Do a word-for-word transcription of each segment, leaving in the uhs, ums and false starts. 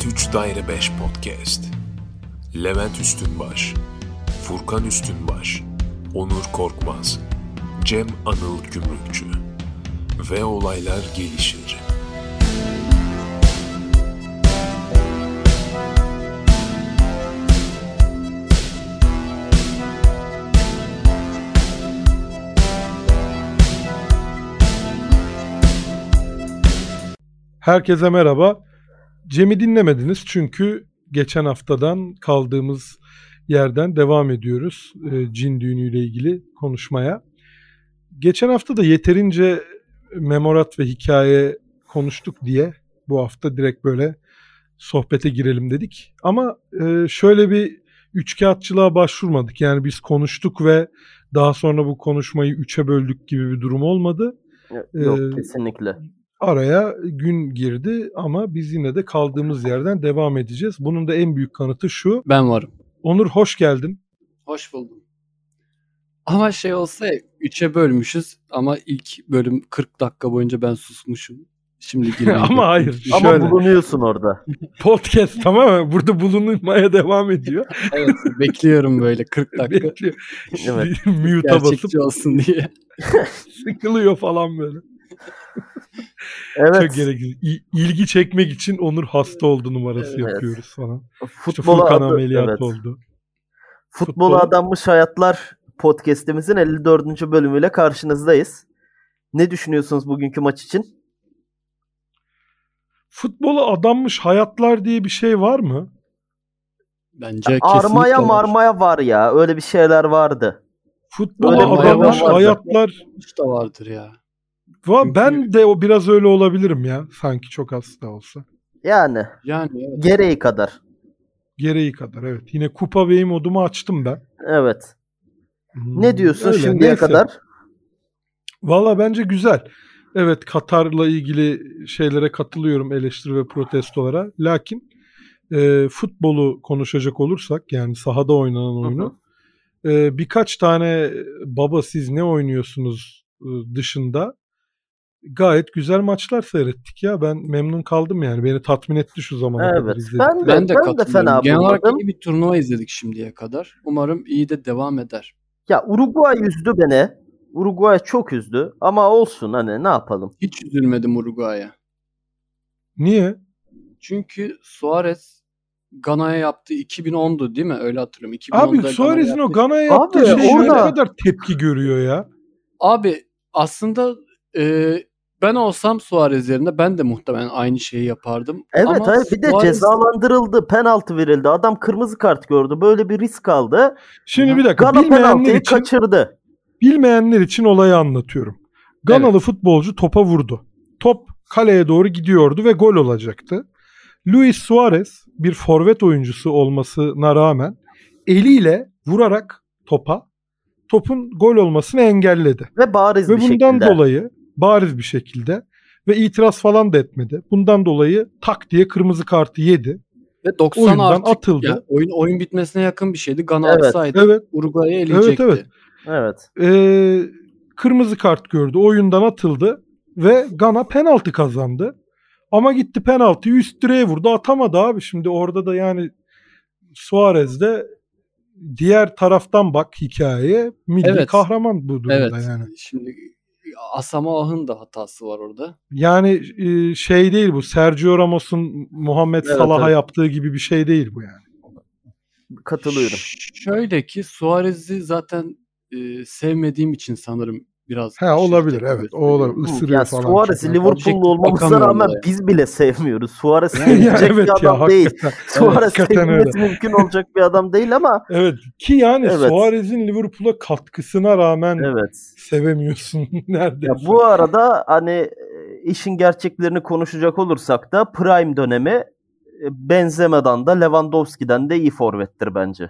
Levent üç Daire beş Podcast. Levent Üstünbaş, Furkan Üstünbaş, Onur Korkmaz, Cem Anıl Gümrükçü ve olaylar gelişir. Herkese merhaba. Cem'i dinlemediniz çünkü geçen haftadan kaldığımız yerden devam ediyoruz e, cin düğünüyle ilgili konuşmaya. Geçen hafta da yeterince memorat ve hikaye konuştuk diye bu hafta direkt böyle sohbete girelim dedik. Ama e, şöyle bir üçkağıtçılığa başvurmadık. Yani biz konuştuk ve daha sonra bu konuşmayı üçe böldük gibi bir durum olmadı. Yok Ee, kesinlikle. Araya gün girdi ama biz yine de kaldığımız yerden devam edeceğiz. Bunun da en büyük kanıtı şu. Ben varım. Onur hoş geldin. Hoş buldum. Ama şey olsa ya, üçe bölmüşüz ama ilk bölüm kırk dakika boyunca ben susmuşum. Şimdi girmeyeyim. Ama hayır. Ama Şöyle, bulunuyorsun orada. podcast tamam mı? Burada bulunmaya devam ediyor. Evet, bekliyorum böyle kırk dakika. Bekliyor. Evet. Mute'a basıp Gerçekçi olsun diye. sıkılıyor falan böyle. Evet. Çok gereksiz. İ- İlgi çekmek için Onur hasta oldu numarası Evet. yapıyoruz falan. İşte Futbola Furkan adı- ameliyat evet. oldu. Futbola Futbol- Adanmış Hayatlar podcast'imizin elli dördüncü bölümüyle karşınızdayız. Ne düşünüyorsunuz bugünkü maç için? Futbola adanmış hayatlar diye bir şey var mı? Bence kesinlikle Armaya var. marmaya var ya. Öyle bir şeyler vardı. Futbola Öyle bir adanmış hayvan vardı. hayatlar. Hiç de vardır ya. Va- Çünkü- Ben de o biraz öyle olabilirim ya. Sanki çok az da olsa. Yani Yani evet. gereği kadar. Gereği kadar evet. Yine Kupa Bey modumu açtım ben. Evet. Hmm, Ne diyorsun öyle, şimdiye neyse. kadar? Valla bence güzel. Evet, Katar'la ilgili şeylere katılıyorum, eleştiri ve protestolara. Lakin e, futbolu konuşacak olursak, yani sahada oynanan oyunu, e, birkaç tane baba siz ne oynuyorsunuz e, dışında gayet güzel maçlar seyrettik ya. Ben memnun kaldım yani. Beni tatmin etti şu zamana kadar Evet. izledik. Ben de, Ben de ben de katılıyorum. fena Genel olarak bulmadım. iyi bir turnuva izledik şimdiye kadar. Umarım iyi de devam eder. Ya Uruguay üzdü beni. Uruguay çok üzdü. Ama olsun hani ne yapalım. Hiç üzülmedim Uruguay'a. Niye? Çünkü Suarez Gana'ya yaptığı iki bin ondu değil mi? Öyle hatırlıyorum. iki bin onda Abi Gana'ya Suarez'in o yaptığı- Gana'ya Abi, yaptığı şey orada- ne kadar tepki görüyor ya. Abi aslında e, ben olsam Suarez yerine ben de muhtemelen aynı şeyi yapardım. Evet Ama hayır bir de Suarez- cezalandırıldı. Penaltı verildi. Adam kırmızı kart gördü. Böyle bir risk aldı. Şimdi bir dakika, Gana bilmeyenler penaltıyı için kaçırdı. bilmeyenler için olayı anlatıyorum. Ganalı futbolcu topa vurdu. Top kaleye doğru gidiyordu ve gol olacaktı. Luis Suarez bir forvet oyuncusu olmasına rağmen eliyle vurarak topa topun gol olmasını engelledi. Ve bariz Ve bir bundan şekilde. dolayı bariz bir şekilde ve itiraz falan da etmedi. Bundan dolayı tak diye kırmızı kartı yedi. Ve doksan oyundan artık atıldı. ya, oyun oyun bitmesine yakın bir şeydi. Gana Evet, atsaydı evet. Uruguay'ı eleyecekti. Evet, Evet. Ee, kırmızı kart gördü. Oyundan atıldı ve Gana penaltı kazandı. Ama gitti penaltıyı üst direğe vurdu. Atamadı abi. Şimdi orada da yani Suarez de diğer taraftan bak hikayeye milli Evet. kahraman bu durumda Evet. yani. Şimdi Asamoah'ın da hatası var orada. Yani e, şey değil bu. Sergio Ramos'un Muhammed Evet, Salah'a evet. yaptığı gibi bir şey değil bu yani. Katılıyorum. Ş- Şöyle ki Suarez'i zaten e, sevmediğim için sanırım biraz Ha olabilir şiddet evet. O gösteriyorum. olabilir. Isırıyor Ya falan. Suarez'i çok. Liverpool'lu Objektif olmamıza bakamıyorum rağmen olaya. biz bile sevmiyoruz. Suarez Ya sevilecek evet bir ya, adam değil. hakikaten. Suarez Hakikaten sevilmesi mümkün olacak bir adam değil ama Evet ki yani Evet. Suarez'in Liverpool'a katkısına rağmen evet. sevemiyorsun neredeyse. Ya bu arada hani e, işin gerçeklerini konuşacak olursak da Prime dönemi e, Benzema'dan da Lewandowski'den de iyi forvettir bence.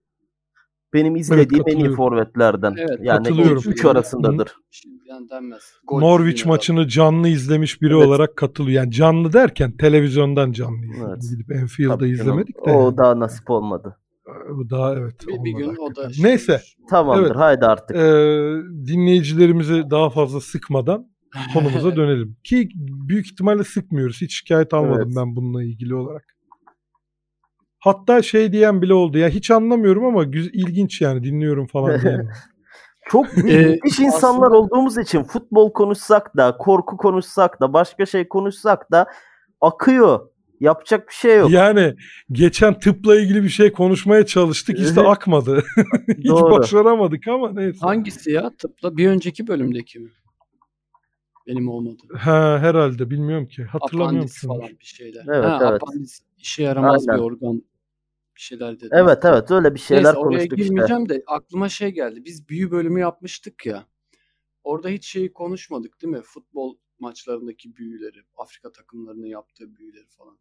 Benim izlediğim en iyi katılıyorum. forvetlerden. Evet, yani katılıyorum. ilk üç arasındadır. Şimdiden denmez. Gol Norwich yine maçını canlı izlemiş biri Evet. olarak katılıyor. Yani canlı derken televizyondan canlı izledim. Evet. Gidip Enfield'da Tabii canım, izlemedik de. O yani. daha nasip olmadı. O daha evet. Bir, bir olmadı gün o da hakikaten. şey Neyse. olur. Tamamdır Evet. haydi artık. Ee, dinleyicilerimizi daha fazla sıkmadan konumuza dönelim. Ki büyük ihtimalle sıkmıyoruz. Hiç şikayet almadım Evet. ben bununla ilgili olarak. Hatta şey diyen bile oldu. Ya hiç anlamıyorum ama güz- ilginç yani dinliyorum falan diyen. Çok Ee, müthiş insanlar aslında- olduğumuz için futbol konuşsak da, korku konuşsak da, başka şey konuşsak da akıyor. Yapacak bir şey yok. Yani geçen tıpla ilgili bir şey konuşmaya çalıştık işte akmadı. Hiç Doğru. başaramadık ama neyse. Hangisi ya? Tıpla bir önceki bölümdeki mi? Benim olmadı. Ha herhalde bilmiyorum ki. Hatırlamıyorum Apandis şimdi. falan bir şeyler. Evet, ha, evet. Apandis işe yaramaz Aynen. bir organ bir şeyler dedi. Evet evet öyle bir şeyler Neyse oraya konuştuk işte. girmeyeceğim de aklıma şey geldi. Biz büyü bölümü yapmıştık ya. Orada hiç şeyi konuşmadık değil mi? Futbol maçlarındaki büyüleri, Afrika takımlarının yaptığı büyüleri falan.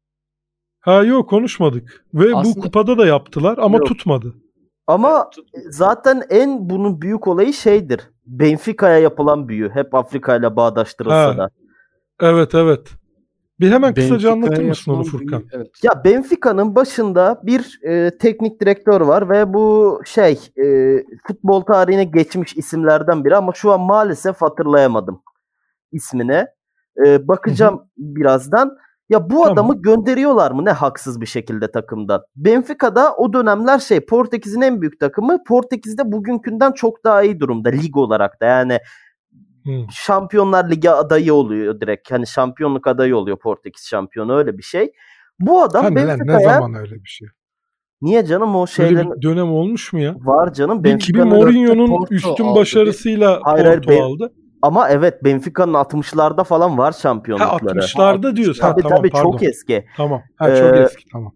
Ha yok konuşmadık. Ve bu Aslında- kupada da yaptılar ama Yok. tutmadı. Ama Evet, tutmadı. zaten en bunun büyük olayı şeydir. Benfica'ya yapılan büyü. Hep Afrika ile bağdaştırılsa Ha. da. Evet evet. Bir hemen kısaca Benfica'ya anlatır mısın onu yapılan Furkan? büyü- Evet. Ya Benfica'nın başında bir e, teknik direktör var ve bu şey e, futbol tarihine geçmiş isimlerden biri ama şu an maalesef hatırlayamadım ismini. E, bakacağım birazdan. Ya bu Tamam. adamı gönderiyorlar mı ne haksız bir şekilde takımdan. Benfica'da o dönemler şey Portekiz'in en büyük takımı. Portekiz'de bugünkünden çok daha iyi durumda lig olarak da. Yani Hı. Şampiyonlar Ligi adayı oluyor direkt. Hani şampiyonluk adayı oluyor Portekiz şampiyonu öyle bir şey. Bu adam Hani lan ne Benfica'ya zaman öyle bir şey? niye canım o Öyle şeylerin bir dönem olmuş mu ya? var canım. Bir, bir Benfica'nın Mourinho'nun Porto üstün aldı. başarısıyla Hayır, hayır, Porto ben- aldı. ama evet Benfica'nın altmışlarda falan var Ha şampiyonlukları. altmışlarda diyorsun. Ha Tabii tamam tabii pardon. çok eski. Tamam. Ha çok Ee, eski tamam.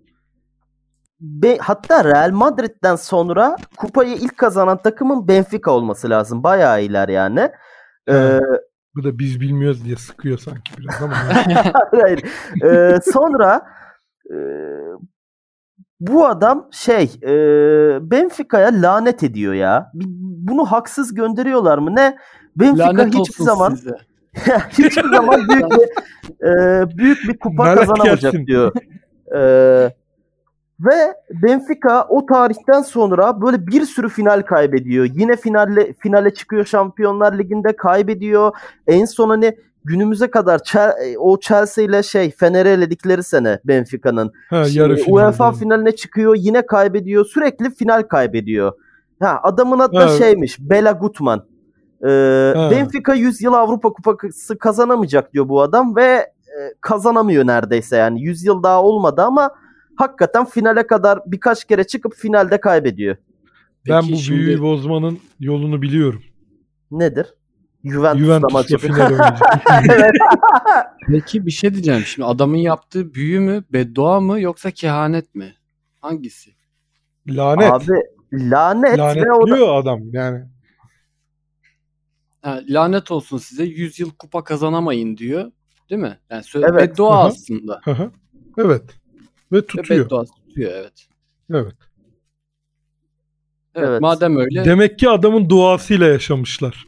Be- hatta Real Madrid'den sonra kupayı ilk kazanan takımın Benfica olması lazım. Bayağı iyiler yani. Ee, Ha. Bu da biz bilmiyoruz diye sıkıyor sanki biraz ama. hayır. Ee, sonra e, bu adam şey e, Benfica'ya lanet ediyor ya. Bir- Bunu haksız gönderiyorlar mı ne? Benfica Lanet hiçbir olsun zaman size. hiçbir zaman büyük bir e, büyük bir kupa Lanet kazanamayacak gelsin. diyor. Ee, ve Benfica o tarihten sonra böyle bir sürü final kaybediyor. Yine finalle finale çıkıyor Şampiyonlar Ligi'nde kaybediyor. En son hani günümüze kadar Chel- o Chelsea ile şey Fener'i eledikleri sene Benfica'nın. Ha yarı Şimdi finalde. UEFA finaline çıkıyor, yine kaybediyor. Sürekli final kaybediyor. Ha adamın adı da Evet. şeymiş, Bela Gutman. Ee, Ha. Benfica yüz yıl Avrupa Kupası kazanamayacak diyor bu adam ve e, kazanamıyor neredeyse yani. yüz yıl daha olmadı ama hakikaten finale kadar birkaç kere çıkıp finalde kaybediyor. Ben Peki bu şimdi- büyüyü bozmanın yolunu biliyorum. Nedir? Juventus'la Juventus'la maçı. final oynayacak. Evet. Peki bir şey diyeceğim. Şimdi adamın yaptığı büyü mü, beddua mı yoksa kehanet mi? Hangisi? Lanet. Abi lanet ve o da Lanetliyor adam yani. Ha, lanet olsun size yüz yıl kupa kazanamayın diyor. Değil mi? Yani söyle, Evet. beddua Hı hı. aslında. Hı hı. Evet. Ve Ve tutuyor. beddua tutuyor evet. Evet. Evet, Evet. madem öyle Demek ki adamın duasıyla yaşamışlar.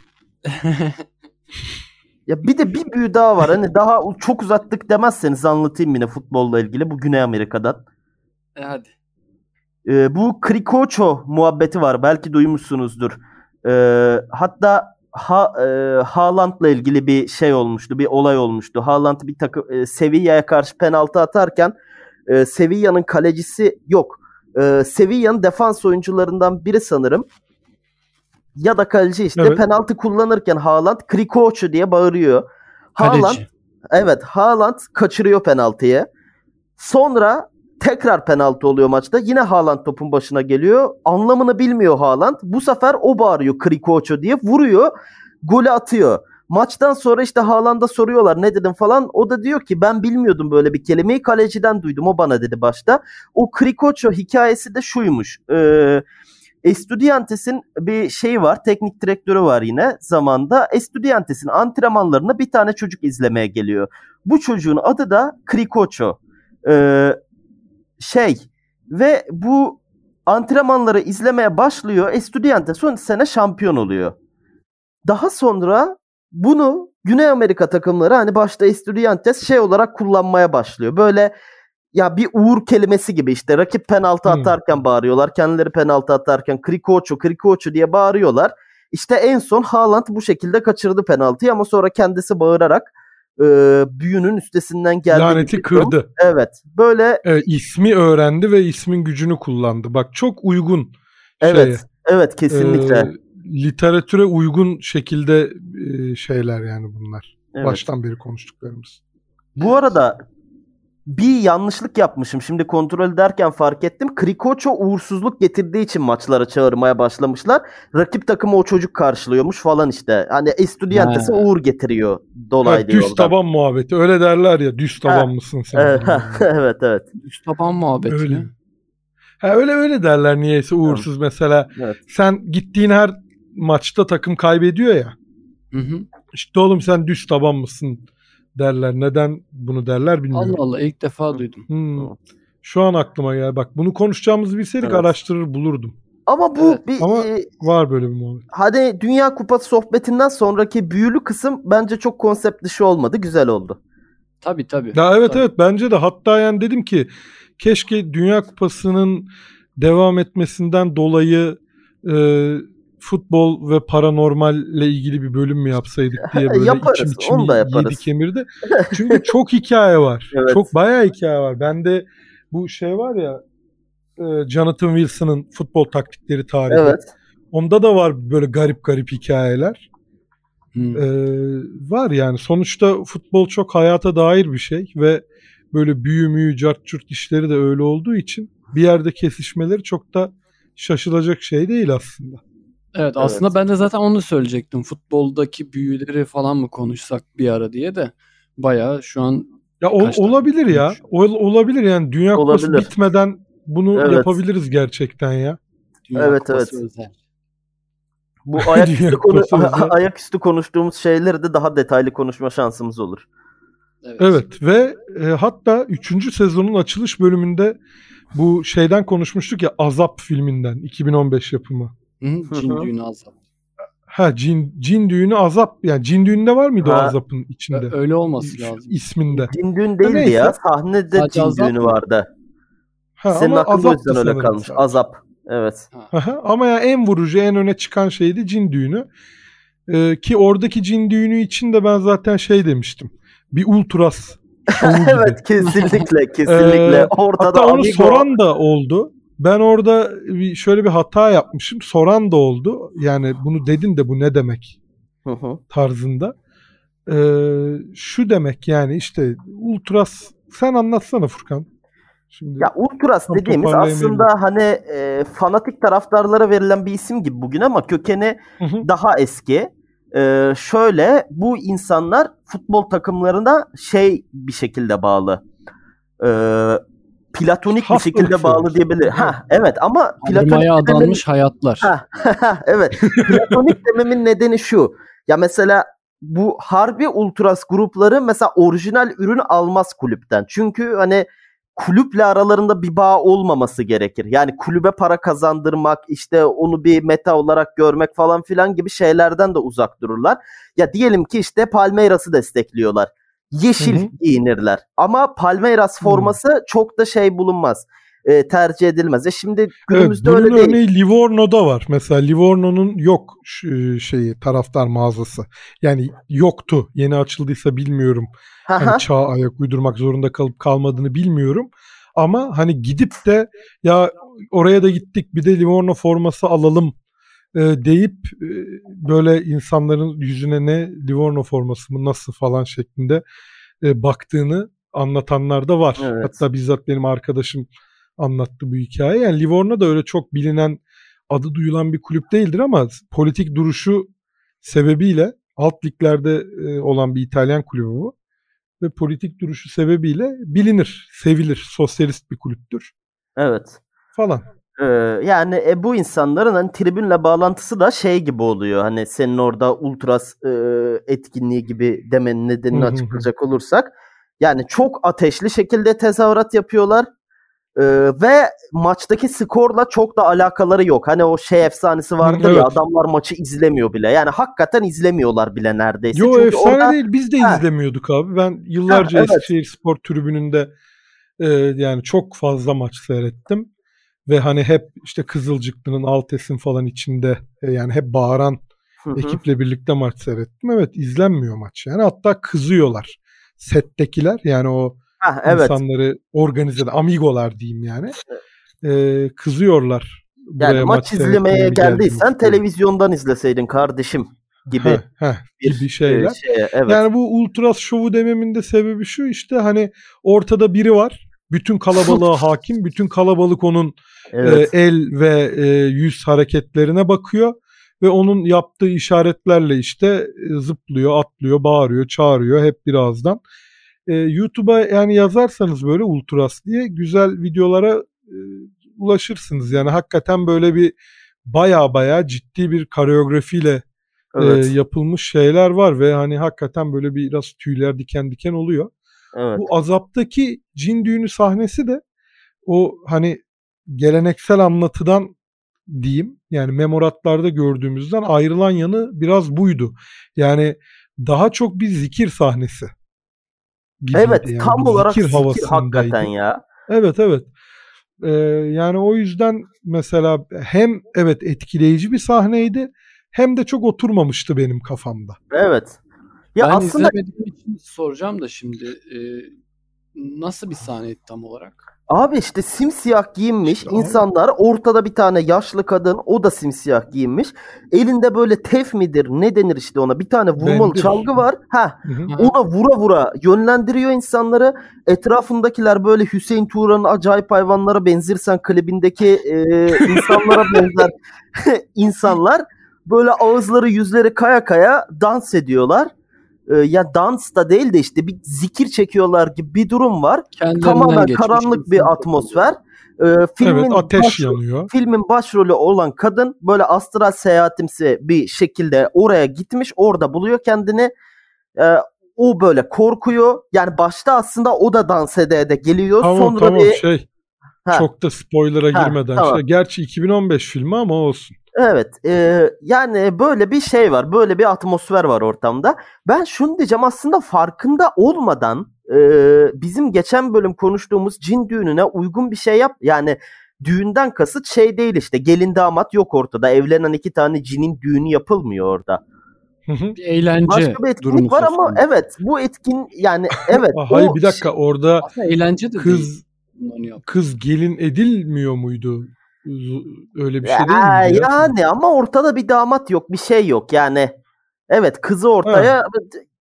ya bir de bir büyü daha var. Hani daha çok uzattık demezseniz anlatayım yine futbolla ilgili. Bu Güney Amerika'dan. e, hadi. Ee, bu Krikoço muhabbeti var. Belki duymuşsunuzdur. Ee, hatta ha, e, Haaland'la ilgili bir şey olmuştu. Bir olay olmuştu. Haaland bir takım e, Sevilla'ya karşı penaltı atarken e, Sevilla'nın kalecisi yok. E, Sevilla'nın defans oyuncularından biri sanırım. Ya da kaleci işte Evet. penaltı kullanırken Haaland Krikoço diye bağırıyor. Haaland Kaleci. Evet, Haaland kaçırıyor penaltıyı. Sonra tekrar penaltı oluyor maçta. Yine Haaland topun başına geliyor. Anlamını bilmiyor Haaland. Bu sefer o bağırıyor Krikoço diye. Vuruyor. Golü atıyor. Maçtan sonra işte Haaland'a soruyorlar ne dedin falan. O da diyor ki ben bilmiyordum böyle bir kelimeyi. Kaleciden duydum. O bana dedi başta. O Krikoço hikayesi de şuymuş. Ee, Estudiantes'in bir şeyi var. Teknik direktörü var yine zamanda. Estudiantes'in antrenmanlarına bir tane çocuk izlemeye geliyor. Bu çocuğun adı da Krikoço. Ee, şey ve bu antrenmanları izlemeye başlıyor. Estudiantes son sene şampiyon oluyor. Daha sonra bunu Güney Amerika takımları hani başta Estudiantes şey olarak kullanmaya başlıyor. Böyle ya bir uğur kelimesi gibi işte rakip penaltı Hmm. atarken bağırıyorlar. Kendileri penaltı atarken Krikoço, Krikoço diye bağırıyorlar. İşte en son Haaland bu şekilde kaçırdı penaltıyı ama sonra kendisi bağırarak e, büyünün üstesinden geldi. Laneti kırdı. Evet. Böyle evet, ismi öğrendi ve ismin gücünü kullandı. Bak çok uygun Evet. şeye. Evet kesinlikle. E, literatüre uygun şekilde e, şeyler yani bunlar. Evet. Baştan beri konuştuklarımız. Bu arada bir yanlışlık yapmışım. Şimdi kontrol ederken fark ettim. Krikoço uğursuzluk getirdiği için maçlara çağırmaya başlamışlar. Rakip takımı o çocuk karşılıyormuş falan işte. Hani Estudiantes'e He. uğur getiriyor dolaylı Ha, düz yoldan. taban muhabbeti. Öyle derler ya. Düz taban Ha. mısın sen? Evet, evet evet. Üst taban muhabbeti Öyle. mi? Ha, öyle öyle derler niyeyse uğursuz mesela. Evet. Sen gittiğin her maçta takım kaybediyor ya. Hı hı. İşte oğlum sen düz taban mısın derler. Neden bunu derler bilmiyorum. Allah Allah ilk defa duydum. Hmm. Şu an aklıma geldi. Bak bunu konuşacağımızı bilseydik Evet. araştırır bulurdum. Ama bu Evet, bir ama e, var böyle bir muhabbet. hani Dünya Kupası sohbetinden sonraki büyülü kısım bence çok konsept dışı olmadı. Güzel oldu. Tabii tabii. Ya evet Tabii. evet bence de hatta yani dedim ki keşke Dünya Kupası'nın devam etmesinden dolayı e, futbol ve paranormalle ilgili bir bölüm mü yapsaydık diye böyle Yaparız, içim içim onu da yaparız. yedi kemirdi. Çünkü çok hikaye var. Evet. Çok bayağı hikaye var. Bende bu şey var ya e, Jonathan Wilson'ın futbol taktikleri tarihi. Evet. Onda da var böyle garip garip hikayeler. Hı. Ee, var yani. Sonuçta futbol çok hayata dair bir şey ve böyle büyü müyü, cart curt işleri de öyle olduğu için bir yerde kesişmeleri çok da şaşılacak şey değil aslında. Evet aslında Evet. ben de zaten onu söyleyecektim. Futboldaki büyüleri falan mı konuşsak bir ara diye de bayağı şu an Ya o, Birkaç olabilir ya. konuş. Ol, olabilir yani. Dünya Kupası Olabilir. bitmeden bunu Evet. yapabiliriz gerçekten ya. Dünya Evet, Kupası evet. özel. Bu ayaküstü, Dünya konu, Kupası özel. ayaküstü konuştuğumuz şeyleri de daha detaylı konuşma şansımız olur. Evet. Evet ve e, hatta üçüncü sezonun açılış bölümünde bu şeyden konuşmuştuk ya Azap filminden iki bin on beş yapımı. Hı, Hı Cin hı. düğünü azap. Ha cin, cin düğünü Azap. Yani cin düğününde var mıydı o Ha. Azap'ın içinde? Ö- öyle olması Şu lazım. isminde. Cin düğün değildi neyse. ya. Sahnede Sadece cin azap düğünü mı? vardı. Ha, Senin ama aklında o Azap'tı yüzden öyle sanırım kalmış. sadece. Azap. Evet. Ha. Aha, ama ya en vurucu, en öne çıkan şeydi cin düğünü. Ee, ki oradaki cin düğünü için de ben zaten şey demiştim. Bir ultras şovu gibi. Evet kesinlikle kesinlikle. Ee, Ortada hatta onu amigo. soran da oldu. Ben orada bir, şöyle bir hata yapmışım. Soran da oldu. Yani bunu dedin de bu ne demek Hı hı. tarzında. Ee, şu demek yani işte ultras sen anlatsana Furkan. Şimdi Ya ultras tam dediğimiz toparlayamayabilirim. aslında hani e, fanatik taraftarlara verilen bir isim gibi bugün ama kökeni Hı hı. daha eski. E, şöyle bu insanlar futbol takımlarına şey bir şekilde bağlı. E, platonik bir Hastalık şekilde bağlı sevgisi. diyebilir. Ha evet ama platonik Armaya dememin, adanmış hayatlar. ha, evet platonik dememin nedeni şu. Ya mesela bu harbi ultras grupları mesela orijinal ürün almaz kulüpten. Çünkü hani kulüple aralarında bir bağ olmaması gerekir. Yani kulübe para kazandırmak, işte onu bir meta olarak görmek falan filan gibi şeylerden de uzak dururlar. Ya diyelim ki işte Palmeiras'ı destekliyorlar. Yeşil Hı hı. giyinirler. Ama Palmeiras forması çok da şey bulunmaz. E, tercih edilmez. E şimdi günümüzde evet, bunun öyle değil. örneği Livorno'da var. Mesela Livorno'nun yok şu- şeyi taraftar mağazası. Yani yoktu. Yeni açıldıysa bilmiyorum. Haha. Hani çağa ayak uydurmak zorunda kalıp kalmadığını bilmiyorum. Ama hani gidip de ya oraya da gittik bir de Livorno forması alalım e, deyip e, böyle insanların yüzüne ne Livorno forması mı nasıl falan şeklinde e, baktığını anlatanlar da var. Evet. Hatta bizzat benim arkadaşım anlattı bu hikaye. Yani Livorno da öyle çok bilinen, adı duyulan bir kulüp değildir ama politik duruşu sebebiyle alt liglerde e, olan bir İtalyan kulübü bu. Ve politik duruşu sebebiyle bilinir, sevilir, sosyalist bir kulüptür Evet. falan. Ee, yani e, bu insanların hani tribünle bağlantısı da şey gibi oluyor. Hani senin orada ultras e, etkinliği gibi demenin nedenini Hı hı hı. açıklayacak olursak. Yani çok ateşli şekilde tezahürat yapıyorlar. Ee, ve maçtaki skorla çok da alakaları yok. Hani o şey efsanesi vardır Hı, ya evet. adamlar maçı izlemiyor bile. Yani hakikaten izlemiyorlar bile neredeyse. Yo Çünkü efsane orada değil. Biz de Ha. izlemiyorduk abi. Ben yıllarca Ha, evet. Eskişehir Spor Tribünü'nde e, yani çok fazla maç seyrettim. Ve hani hep işte Kızılcıklı'nın Altes'in falan içinde e, yani hep bağıran Hı hı. ekiple birlikte maç seyrettim. Evet izlenmiyor maç yani. Hatta kızıyorlar. settekiler yani o Heh, evet. insanları organize eden amigolar diyeyim yani. Ee, kızıyorlar. Yani maç izlemeye geldiysen televizyondan izleseydin kardeşim gibi heh, heh, gibi şeyler. E, şeye, evet. Yani bu ultras şovu dememin de sebebi şu, işte hani ortada biri var. Bütün kalabalığa hakim. Bütün kalabalık onun evet. e, el ve e, yüz hareketlerine bakıyor ve onun yaptığı işaretlerle işte e, zıplıyor, atlıyor, bağırıyor, çağırıyor hep birazdan. E, YouTube'a yani yazarsanız böyle ultras diye güzel videolara e, ulaşırsınız. Yani hakikaten böyle bir baya baya ciddi bir koreografiyle evet. e, yapılmış şeyler var ve hani hakikaten böyle biraz tüyler diken diken oluyor. Evet. Bu Azap'taki cin düğünü sahnesi de o hani geleneksel anlatıdan diyeyim yani memoratlarda gördüğümüzden ayrılan yanı biraz buydu. Yani daha çok bir zikir sahnesi gibiydi. Evet, yani tam olarak zikir, zikir hakikaten havasındaydı. ya. Evet evet. Ee, yani o yüzden mesela hem evet etkileyici bir sahneydi hem de çok oturmamıştı benim kafamda. Evet. Ya ben aslında izlemediğim için soracağım da şimdi e, nasıl bir sahneydi tam olarak? Abi işte simsiyah giyinmiş işte insanlar, abi. Ortada bir tane yaşlı kadın, o da simsiyah giyinmiş. Elinde böyle tef midir ne denir işte ona, bir tane vurmalı Bendir. çalgı var. Ha, ona vura vura yönlendiriyor insanları. Etrafındakiler böyle Hüseyin Tuğra'nın Acayip Hayvanlara Benzirsen klibindeki e, insanlara benzer insanlar. Böyle ağızları yüzleri kaya kaya dans ediyorlar. Ya dans da değil de işte bir zikir çekiyorlar gibi bir durum var. Tamamen karanlık bir atmosfer. Ee, filmin evet, ateş başro- yanıyor. Filmin başrolü olan kadın böyle astral seyahatimsi bir şekilde oraya gitmiş. Orada buluyor kendini. Ee, o böyle korkuyor. Yani başta aslında o da dans ede de geliyor. Tamam Sonra tamam bir... şey ha. çok da spoiler'a ha, girmeden. Tamam. Şey, gerçi iki bin on beş filmi ama olsun. Evet e, yani böyle bir şey var, böyle bir atmosfer var ortamda. Ben şunu diyeceğim, aslında farkında olmadan e, bizim geçen bölüm konuştuğumuz cin düğününe uygun bir şey yap. Yani düğünden kasıt şey değil işte, gelin damat yok ortada, evlenen iki tane cinin düğünü yapılmıyor orada. Bir eğlence başka bir etkinlik var ama olsun. Evet bu etkin yani evet. Hayır o bir dakika şey, orada eğlence de kız değil. Kız gelin edilmiyor muydu? Öyle bir şey ya, değil miydi? Yani ya? Ama ortada bir damat yok, bir şey yok yani. Evet, kızı ortaya ha.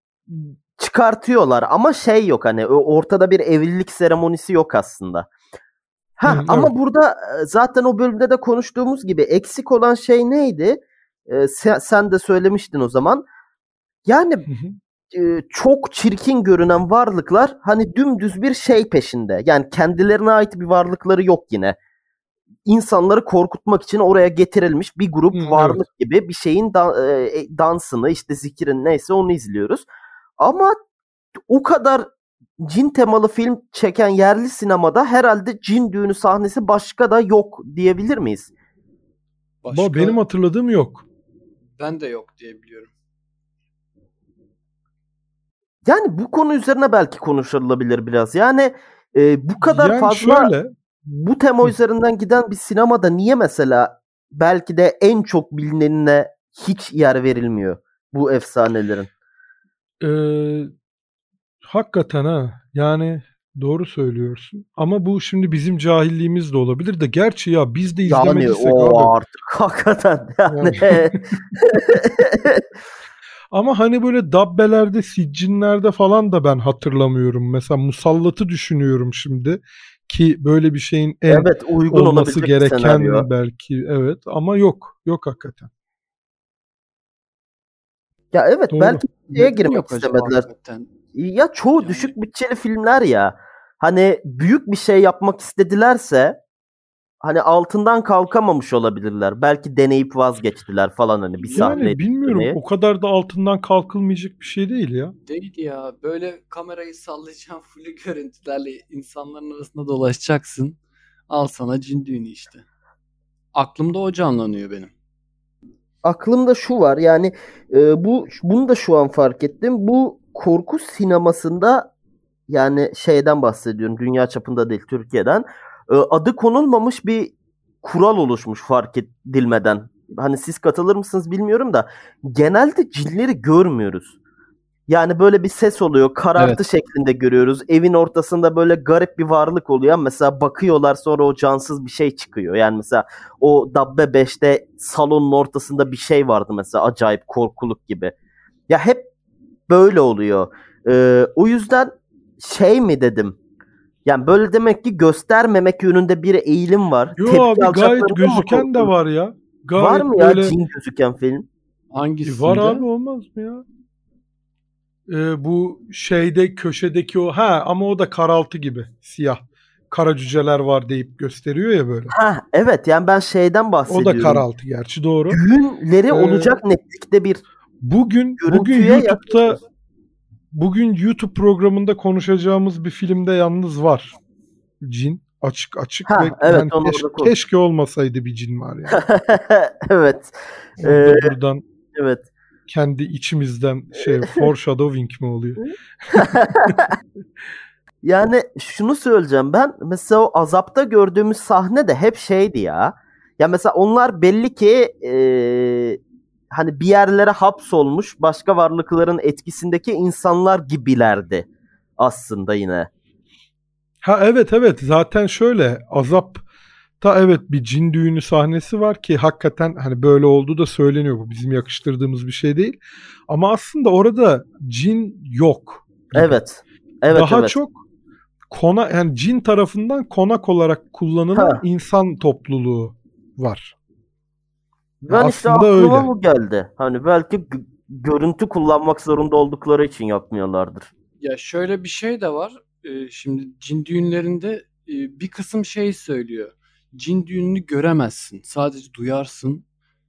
çıkartıyorlar ama şey yok, hani ortada bir evlilik seremonisi yok aslında. Ha, Hı, ama evet. Burada zaten o bölümde de konuştuğumuz gibi eksik olan şey neydi? Ee, sen, sen de söylemiştin o zaman. Yani hı hı. E, çok çirkin görünen varlıklar hani dümdüz bir şey peşinde. Yani kendilerine ait bir varlıkları yok yine. İnsanları korkutmak için oraya getirilmiş bir grup Hı, varlık evet. gibi bir şeyin da, e, dansını, işte zikirin neyse onu izliyoruz. Ama o kadar cin temalı film çeken yerli sinemada herhalde cin düğünü sahnesi başka da yok diyebilir miyiz? Başka... Benim hatırladığım yok. Ben de yok diyebiliyorum. Yani bu konu üzerine belki konuşulabilir biraz. Yani e, bu kadar yani fazla şöyle... bu tema üzerinden giden bir sinemada niye mesela belki de en çok bilinenine hiç yer verilmiyor bu efsanelerin? Ee, hakikaten ha. Yani doğru söylüyorsun. Ama bu şimdi bizim cahilliğimiz de olabilir de. Gerçi ya biz de izlemediysek yani, o abi. artık hakikaten yani. yani. Ama hani böyle dabbelerde, siccinlerde falan da ben hatırlamıyorum. Mesela Musallat'ı düşünüyorum şimdi. Ki böyle bir şeyin en evet, uygun olması gereken belki. Evet ama yok. Yok hakikaten. Ya evet, Doğru. belki şeye girmek yok istemediler. Ya çoğu yani... düşük bütçeli filmler ya. Hani büyük bir şey yapmak istedilerse hani altından kalkamamış olabilirler. Belki deneyip vazgeçtiler falan, hani bir sahne. Yani bilmiyorum etmeyi. O kadar da altından kalkılmayacak bir şey değil ya. Değil ya. Böyle kamerayı sallayacağım, full görüntülerle insanların arasında dolaşacaksın. Al sana cin düğünü işte. Aklımda o canlanıyor benim. Aklımda şu var yani e, bu bunu da şu an fark ettim. Bu korku sinemasında, yani şeyden bahsediyorum, dünya çapında değil, Türkiye'den e, adı konulmamış bir kural oluşmuş fark edilmeden. Hani siz katılır mısınız bilmiyorum da genelde cinleri görmüyoruz. Yani böyle bir ses oluyor. Karartı Evet. şeklinde görüyoruz. Evin ortasında böyle garip bir varlık oluyor. Mesela bakıyorlar, sonra o cansız bir şey çıkıyor. Yani mesela o Dabbe beşte salonun ortasında bir şey vardı mesela, acayip korkuluk gibi. Ya hep böyle oluyor. Ee, o yüzden şey mi dedim. Yani böyle demek ki göstermemek yönünde bir eğilim var. Yo Tepki abi, gayet alacaklarından mı gözüken de korkuyorsun? var ya. Var Gayet mı ya böyle cin gözüken film? E, var Hangisinde? abi, olmaz mı ya? Ee, bu şeyde köşedeki o, ha ama o da karaltı gibi siyah. Kara cüceler var deyip gösteriyor ya böyle. Ha evet, yani ben şeyden O da bahsediyorum. karaltı gerçi, doğru. Günleri Ee, olacak netlikte bir Bugün bugün görüntüye YouTube'da yaklaşıyorsun. bugün YouTube programında konuşacağımız bir filmde yalnız var. Cin açık açık Ha ve evet, yani onu keş- orada konuş. keşke olmasaydı bir cin var yani. Evet. Onu Ee, da buradan evet. kendi içimizden şey foreshadowing mi oluyor? Yani şunu söyleyeceğim ben. Mesela o Azap'ta gördüğümüz sahne de hep şeydi ya. Ya mesela onlar belli ki eee, hani bir yerlere hapsolmuş başka varlıkların etkisindeki insanlar gibilerdi aslında yine. Ha evet evet, zaten şöyle Azap'ta evet bir cin düğünü sahnesi var ki hakikaten hani böyle olduğu da söyleniyor, bu bizim yakıştırdığımız bir şey değil. Ama aslında orada cin yok gibi. Evet. Evet Daha evet. çok kona yani cin tarafından konak olarak kullanılan Ha. insan topluluğu var. Ben işte Aslında aklıma öyle. bu geldi. Hani belki g- görüntü kullanmak zorunda oldukları için yapmıyorlardır. Ya şöyle bir şey de var. Ee, şimdi cin düğünlerinde e, bir kısım şey söylüyor. Cin düğününü göremezsin. Sadece duyarsın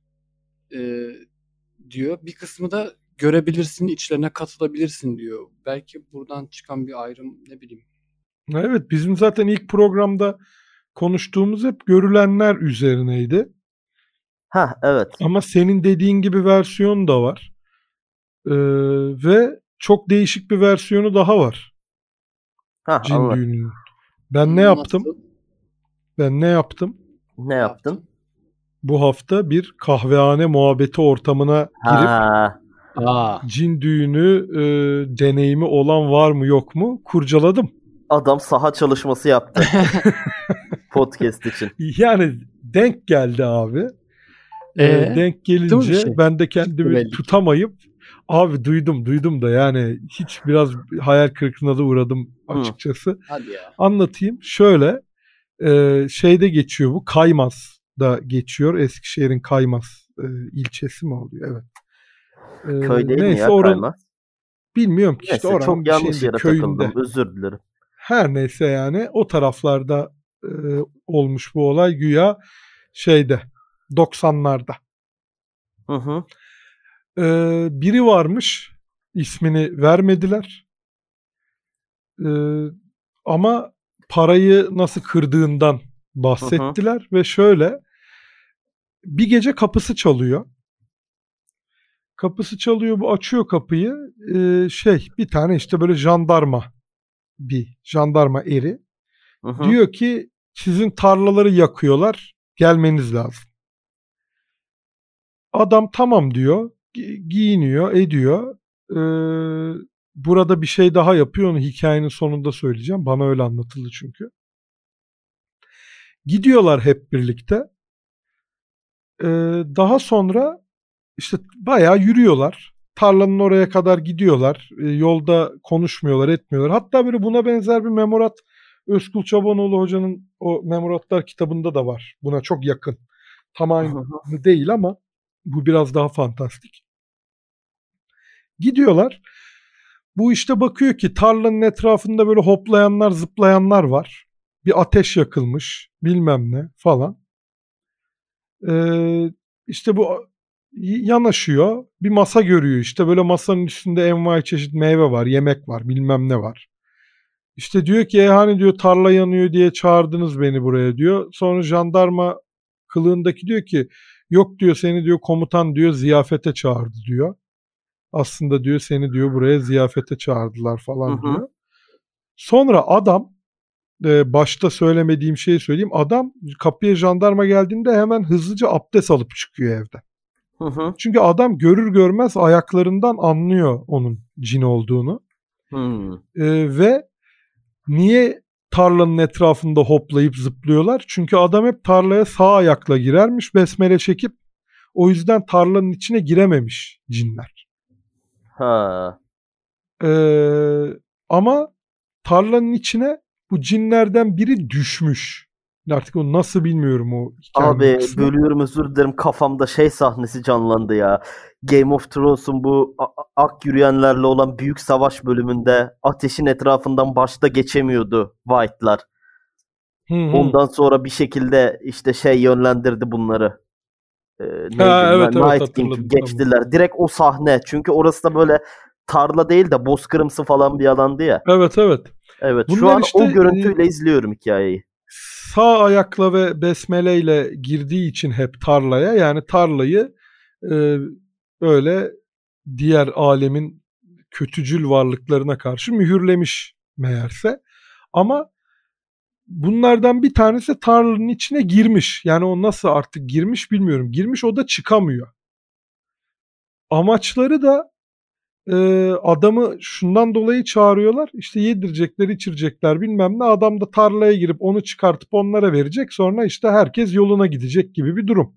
e, diyor. Bir kısmı da görebilirsin, içlerine katılabilirsin diyor. Belki buradan çıkan bir ayrım, ne bileyim. Evet, bizim zaten ilk programda konuştuğumuz hep görülenler üzerineydi. Ha evet. Ama senin dediğin gibi versiyon da var. Ee, ve çok değişik bir versiyonu daha var. Ha Cin anladım. düğününün. Ben ne yaptım? Nasıl? Ben ne yaptım? Ne yaptın? Bu hafta bir kahvehane muhabbeti ortamına girip Ha. Aa, cin düğünü e, deneyimi olan var mı yok mu kurcaladım. Adam saha çalışması yaptı podcast için. Yani denk geldi abi. Ee, Ee, denk değil mi bir gelince şey? ben de Çıktı kendimi belli ki. tutamayıp abi duydum duydum da yani hiç biraz hayal kırıklığına da uğradım açıkçası. Hadi ya. Anlatayım. Şöyle e, şeyde geçiyor bu. Kaymaz'da geçiyor. Eskişehir'in Kaymaz e, ilçesi mi oluyor? Evet. E, Köy değil mi neyse ya oranın Kaymaz? bilmiyorum ki işte Neyse, oranın çok bir yanlış şeyinde yere köyünde. takıldım. Özür dilerim. Her neyse yani o taraflarda e, olmuş bu olay güya şeyde doksanlarda. Hı hı. Ee, biri varmış, ismini vermediler. Ee, ama parayı nasıl kırdığından bahsettiler ve şöyle bir gece kapısı çalıyor. Kapısı çalıyor, bu açıyor kapıyı. Ee, şey bir tane işte böyle jandarma, bir jandarma eri Hı hı. diyor ki sizin tarlaları yakıyorlar, gelmeniz lazım. Adam tamam diyor, gi- giyiniyor, ediyor. Ee, burada bir şey daha yapıyor, onu hikayenin sonunda söyleyeceğim. Bana öyle anlatıldı çünkü. Gidiyorlar hep birlikte. Ee, daha sonra işte bayağı yürüyorlar. Tarlanın oraya kadar gidiyorlar. Ee, yolda konuşmuyorlar, etmiyorlar. Hatta böyle buna benzer bir memorat Özkul Çobanoğlu Hoca'nın o Memoratlar kitabında da var. Buna çok yakın. Tam aynı değil ama bu biraz daha fantastik. Gidiyorlar. Bu işte bakıyor ki tarlanın etrafında böyle hoplayanlar, zıplayanlar var. Bir ateş yakılmış, bilmem ne falan. Ee, işte bu yanaşıyor. Bir masa görüyor işte. Böyle masanın üstünde envai çeşit meyve var, yemek var, bilmem ne var. İşte diyor ki e hani diyor tarla yanıyor diye çağırdınız beni buraya diyor. Sonra jandarma kılığındaki diyor ki yok diyor seni diyor komutan diyor ziyafete çağırdı diyor. Aslında diyor seni diyor buraya ziyafete çağırdılar falan Hı hı. diyor. Sonra adam e, başta söylemediğim şeyi söyleyeyim. Adam kapıya jandarma geldiğinde hemen hızlıca abdest alıp çıkıyor evden. Hı hı. Çünkü adam görür görmez ayaklarından anlıyor onun cin olduğunu. Hmm. Ee, ve niye tarlanın etrafında hoplayıp zıplıyorlar? Çünkü adam hep tarlaya sağ ayakla girermiş besmele çekip. O yüzden tarlanın içine girememiş cinler. Ha. Ee, ama tarlanın içine bu cinlerden biri düşmüş. Artık o nasıl bilmiyorum o hikayenin Abi kısmı. bölüyorum, özür dilerim, kafamda şey sahnesi canlandı ya. Game of Thrones'un bu a- ak yürüyenlerle olan büyük savaş bölümünde ateşin etrafından başta geçemiyordu White'lar. Hı hı. Ondan sonra bir şekilde işte şey yönlendirdi bunları. Ee, neydi? Ha, evet, evet, Night King hatırladım, geçtiler. tamam. Direkt o sahne. Çünkü orası da böyle tarla değil de bozkırımsı falan bir alandı ya. Evet, evet. Evet, şu Bunlar an işte, o görüntüyle izliyorum hikayeyi. Sağ ayakla ve besmeleyle girdiği için hep tarlaya, yani tarlayı e, böyle diğer alemin kötücül varlıklarına karşı mühürlemiş meğerse. Ama bunlardan bir tanesi tarlanın içine girmiş. Yani o nasıl artık girmiş bilmiyorum. Girmiş, o da çıkamıyor. Amaçları da e, adamı şundan dolayı çağırıyorlar. İşte yedirecekler, içirecekler bilmem ne. Adam da tarlaya girip onu çıkartıp onlara verecek. Sonra işte herkes yoluna gidecek gibi bir durum.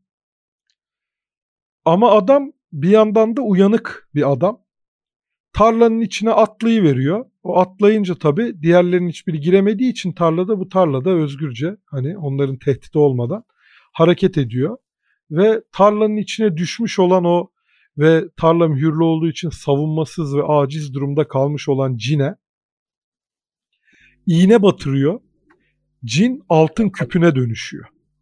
Ama adam bir yandan da uyanık bir adam. Tarlanın içine atlayıveriyor. O atlayınca tabii diğerlerinin hiçbiri giremediği için tarlada, bu tarlada özgürce, hani onların tehdidi olmadan hareket ediyor. Ve tarlanın içine düşmüş olan o ve tarla mühürlü olduğu için savunmasız ve aciz durumda kalmış olan cine iğne batırıyor. Cin altın küpüne dönüşüyor.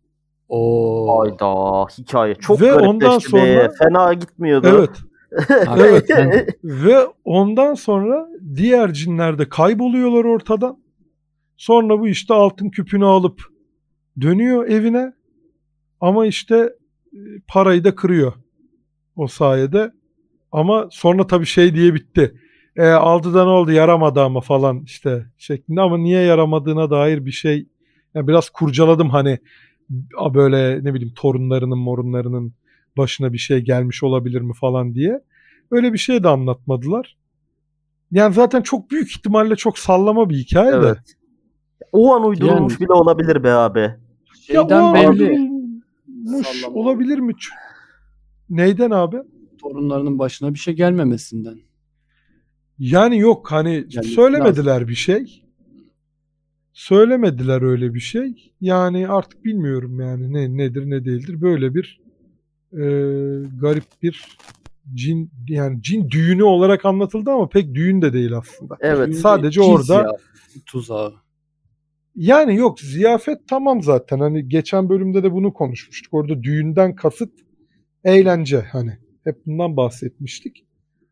Oo. Hayda, hikaye çok Ve garipleşti ondan be. sonra- Fena gitmiyordu. Evet. Evet. Evet. Ve ondan sonra diğer cinler de kayboluyorlar ortadan. Sonra bu işte altın küpünü alıp dönüyor evine. Ama işte e, parayı da kırıyor o sayede. Ama sonra tabii şey diye bitti. E, aldı da ne oldu, yaramadı ama falan işte şeklinde. Ama niye yaramadığına dair bir şey, yani biraz kurcaladım, hani a, böyle ne bileyim torunlarının morunlarının başına bir şey gelmiş olabilir mi falan diye. Öyle bir şey de anlatmadılar. Yani zaten çok büyük ihtimalle çok sallama bir hikaye de. Evet. O an uydurulmuş Yani- bile olabilir be abi. Ya o Şeyden an belli. uydurulmuş Sallama olabilir mi? Neyden abi? Torunlarının başına bir şey gelmemesinden. Yani yok, hani Gelmesi söylemediler bir şey. Söylemediler öyle bir şey. Yani artık bilmiyorum yani ne nedir ne değildir. Böyle bir e, garip bir cin, yani cin düğünü olarak anlatıldı ama pek düğün de değil aslında. Evet. Düğünde Sadece cin orada- ziyafeti tuzağı. Yani yok, ziyafet tamam zaten. Hani geçen bölümde de bunu konuşmuştuk. Orada düğünden kasıt eğlence, hani hep bundan bahsetmiştik.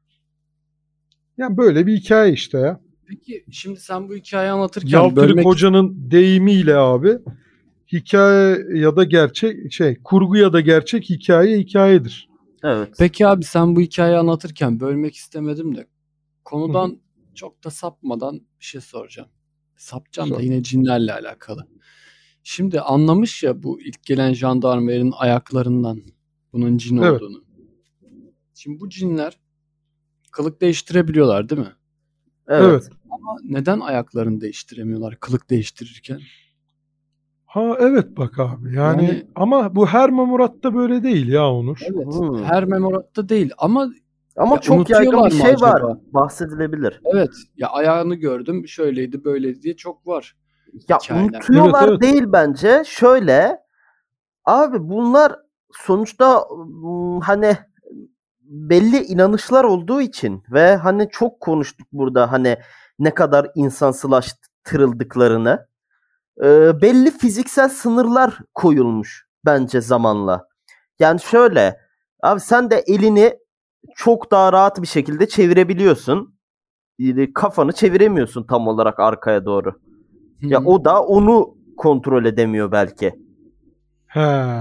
Yani böyle bir hikaye işte ya. Peki şimdi sen bu hikayeyi anlatırken Yaltırık bölmek Hoca'nın deyimiyle abi, hikaye ya da gerçek şey, kurgu ya da gerçek, hikaye hikayedir. Evet. Peki abi sen bu hikayeyi anlatırken bölmek istemedim de konudan çok da sapmadan bir şey soracağım. Sapacağım Sor. da yine cinlerle alakalı. Şimdi anlamış ya bu ilk gelen jandarmerin ayaklarından bunun cin Evet. olduğunu. Şimdi bu cinler kılık değiştirebiliyorlar değil mi? Evet. Evet. Ama neden ayaklarını değiştiremiyorlar kılık değiştirirken? Ha evet bak abi, yani, Yani- ama bu her Mamurat'ta böyle değil ya Onur. Evet. Hmm. Her memoratta değil ama Ama Ya çok yaygın unutuyorlar bir mı şey var. acaba? Bahsedilebilir. evet ya ayağını gördüm şöyleydi böyleydi diye çok var. Ya Hikayeler. unutuyorlar Evet, evet. değil bence. Şöyle, abi bunlar sonuçta ım, hani belli inanışlar olduğu için ve hani çok konuştuk burada hani ne kadar insansılaştırıldıklarını. Ee, belli fiziksel sınırlar koyulmuş bence zamanla. Yani şöyle, abi sen de elini çok daha rahat bir şekilde çevirebiliyorsun. Yani kafanı çeviremiyorsun tam olarak arkaya doğru. Hı Ya hı. o da onu kontrol edemiyor belki. He.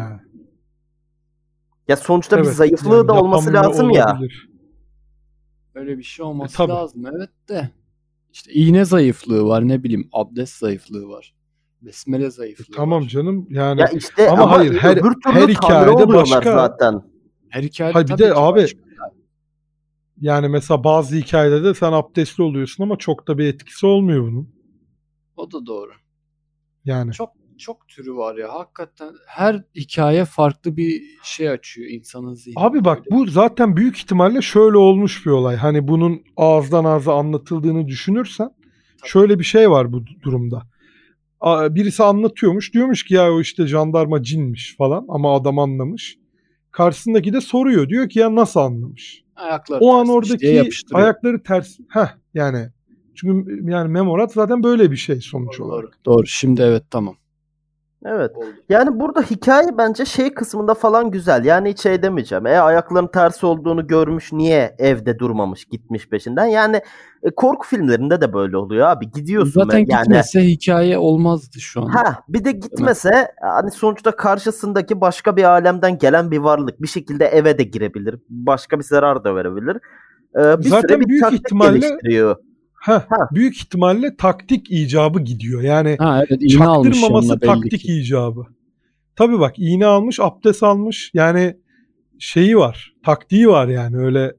Ya sonuçta bir Evet, zayıflığı yani da olması yapamıyor lazım ya. olabilir. Öyle bir şey E, olması tabii. lazım evet de. İşte iğne zayıflığı var ne bileyim abdest zayıflığı var. Besmele zayıflığı Tamam var. canım yani, Ya işte ama ama, hayır, her öbür türlü her tanrı hikayede oluyorlar başka. zaten. Her hikayede Hayır, bir tabii de ki abi başka. yani mesela bazı hikayelerde sen abdestli oluyorsun ama çok da bir etkisi olmuyor bunun. O da doğru. Yani. Çok çok türü var ya. Hakikaten her hikaye farklı bir şey açıyor insanın zihninde. Abi bak bu zaten büyük ihtimalle şöyle olmuş bir olay. Hani bunun ağızdan ağza anlatıldığını düşünürsen Tabii. şöyle bir şey var bu durumda. Birisi anlatıyormuş, diyormuş ki ya o işte jandarma cinmiş falan ama adam anlamış. Karşısındaki de soruyor, diyor ki ya nasıl anlamış? Ayakları o an ters oradaki ayakları ters. Heh yani çünkü yani memorat zaten böyle bir şey sonuç doğru, olarak. Doğru. doğru. Şimdi evet tamam. Evet. Oldu. Yani burada hikaye bence şey kısmında falan güzel. Yani hiç şey demeyeceğim. E ayaklarının ters olduğunu görmüş, niye evde durmamış, gitmiş peşinden. Yani e, korku filmlerinde de böyle oluyor abi. Gidiyorsun Zaten ve yani gitmese hikaye olmazdı şu an. ha bir de gitmese hani sonuçta karşısındaki başka bir alemden gelen bir varlık bir şekilde eve de girebilir. Başka bir zarar da verebilir. Ee, bir Zaten süre bir büyük taktik ihtimalle geliştiriyor. Heh, Ha. büyük ihtimalle taktik icabı gidiyor. Yani Ha, evet, iğne almış çaktırmaması yanına belli taktik ki. icabı. Tabii bak iğne almış, abdest almış. Yani şeyi var, taktiği var yani öyle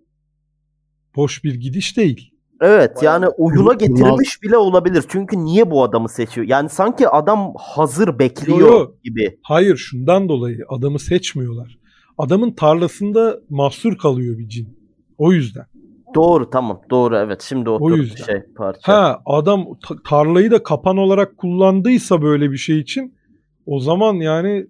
boş bir gidiş değil. Evet Bayağı yani oyuna getirmiş bile olabilir. Çünkü niye bu adamı seçiyor? Yani sanki adam hazır bekliyor Yo, yo. gibi. Hayır şundan dolayı adamı seçmiyorlar. Adamın tarlasında mahsur kalıyor bir cin. O yüzden. Doğru tamam doğru evet şimdi oturdu O yüzden. şey parça. Ha adam ta- tarlayı da kapan olarak kullandıysa böyle bir şey için o zaman yani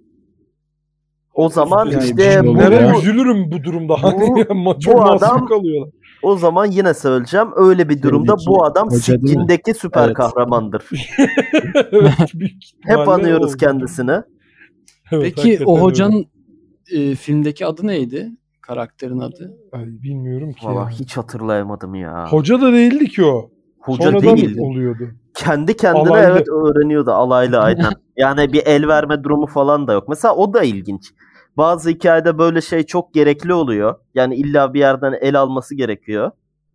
O zaman yani işte bu, cinlere bu, üzülürüm bu durumda. bu- Hani çok bu mahsur adam- kalıyorlar. o zaman yine söyleyeceğim öyle bir durumda Şeydeki bu adam hoca değil mi? Sitchin'deki süper Evet. kahramandır. Evet, büyük ihtimalle Hep anıyoruz o. kendisini. Evet, Peki hakikaten o öyle. hocanın e, filmdeki adı neydi? Karakterin adı? Ay, bilmiyorum ki Valla ya. hiç hatırlayamadım ya. Hoca da değildi ki o. Hoca Sonradan değil. oluyordu. Kendi kendine Alaylı. evet öğreniyordu alaylı aynen. Yani bir el verme durumu falan da yok. Mesela o da ilginç. Bazı hikayede böyle şey çok gerekli oluyor. Yani illa bir yerden el alması gerekiyor.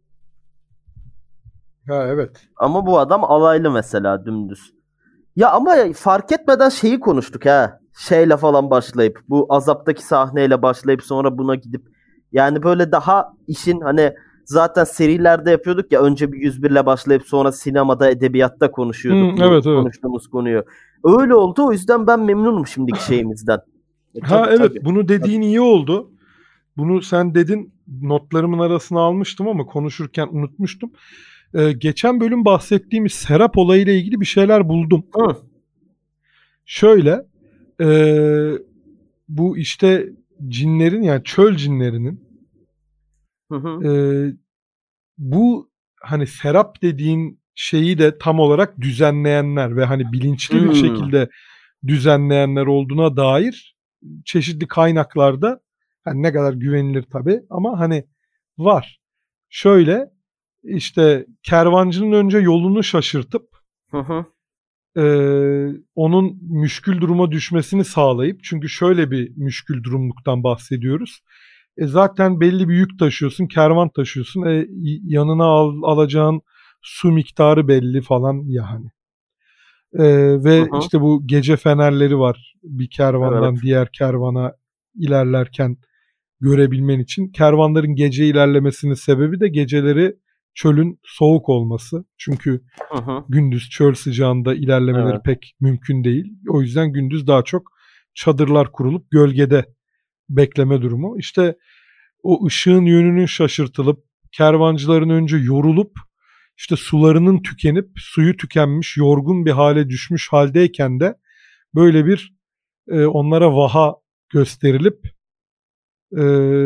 Ha evet. Ama bu adam alaylı mesela dümdüz. Ya ama fark etmeden şeyi konuştuk ha. Şeyle falan başlayıp bu azaptaki sahneyle başlayıp sonra buna gidip yani böyle daha işin hani zaten serilerde yapıyorduk ya önce bir yüz bir ile başlayıp sonra sinemada edebiyatta konuşuyorduk. Hmm, evet, evet. Konuştuğumuz konuyu. Öyle oldu o yüzden ben memnunum şimdiki şeyimizden. E, Ha tabii, evet tabii. bunu dediğin iyi oldu. Bunu sen dedin notlarımın arasına almıştım ama konuşurken unutmuştum. Ee, geçen bölüm bahsettiğimiz Serap olayıyla ilgili bir şeyler buldum. Hı. Şöyle e, bu işte cinlerin yani çöl cinlerinin Hı hı. e, bu hani Serap dediğin şeyi de tam olarak düzenleyenler ve hani bilinçli bir Hmm. şekilde düzenleyenler olduğuna dair çeşitli kaynaklarda hani ne kadar güvenilir tabii ama hani var. Şöyle işte kervancının önce yolunu şaşırtıp Hı hı. e, onun müşkül duruma düşmesini sağlayıp çünkü şöyle bir müşkül durumluktan bahsediyoruz. E zaten belli bir yük taşıyorsun, kervan taşıyorsun. E, yanına al, alacağın su miktarı belli falan yani. E, ve Hı hı. işte bu gece fenerleri var bir kervandan Evet. diğer kervana ilerlerken görebilmen için. Kervanların gece ilerlemesinin sebebi de geceleri çölün soğuk olması. Çünkü Hı hı. gündüz çöl sıcağında ilerlemeleri Evet. pek mümkün değil. O yüzden gündüz daha çok çadırlar kurulup gölgede bekleme durumu. İşte o ışığın yönünün şaşırtılıp kervancıların önce yorulup işte sularının tükenip suyu tükenmiş yorgun bir hale düşmüş haldeyken de böyle bir e, onlara vaha gösterilip e,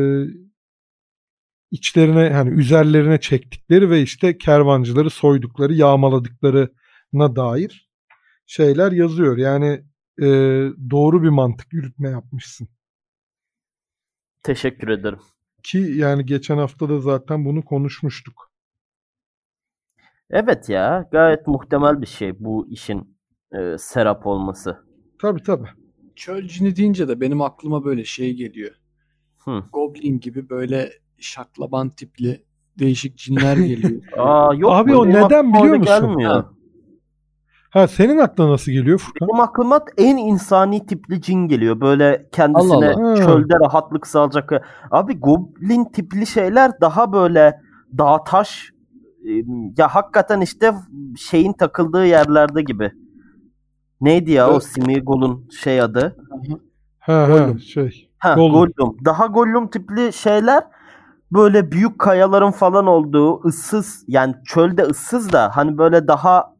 içlerine yani üzerlerine çektikleri ve işte kervancıları soydukları yağmaladıklarına dair şeyler yazıyor. Yani e, doğru bir mantık yürütme yapmışsın. Teşekkür ederim. Ki yani geçen hafta da zaten bunu konuşmuştuk. Evet ya gayet muhtemel bir şey bu işin e, Serap olması. Tabii tabii. Çöl cini deyince de benim aklıma böyle şey geliyor. Hı. Goblin gibi böyle şaklaban tipli değişik cinler geliyor. Aa yok Abi mu? o Benim neden aklıma biliyor öyle musun? gelmiyor. Ha. Ha, senin aklına nasıl geliyor Furkan? Benim aklıma en insani tipli cin geliyor. Böyle kendisine Allah Allah. çölde rahatlık sağlayacak. Abi goblin tipli şeyler daha böyle dağ taş, e, ya hakikaten işte şeyin takıldığı yerlerde gibi. Neydi ya o Evet. Smeagol'un şey adı? Ha, ha Gollum. şey. Ha, Gollum. Gollum. Daha Gollum tipli şeyler böyle büyük kayaların falan olduğu ıssız, yani çölde ıssız da hani böyle daha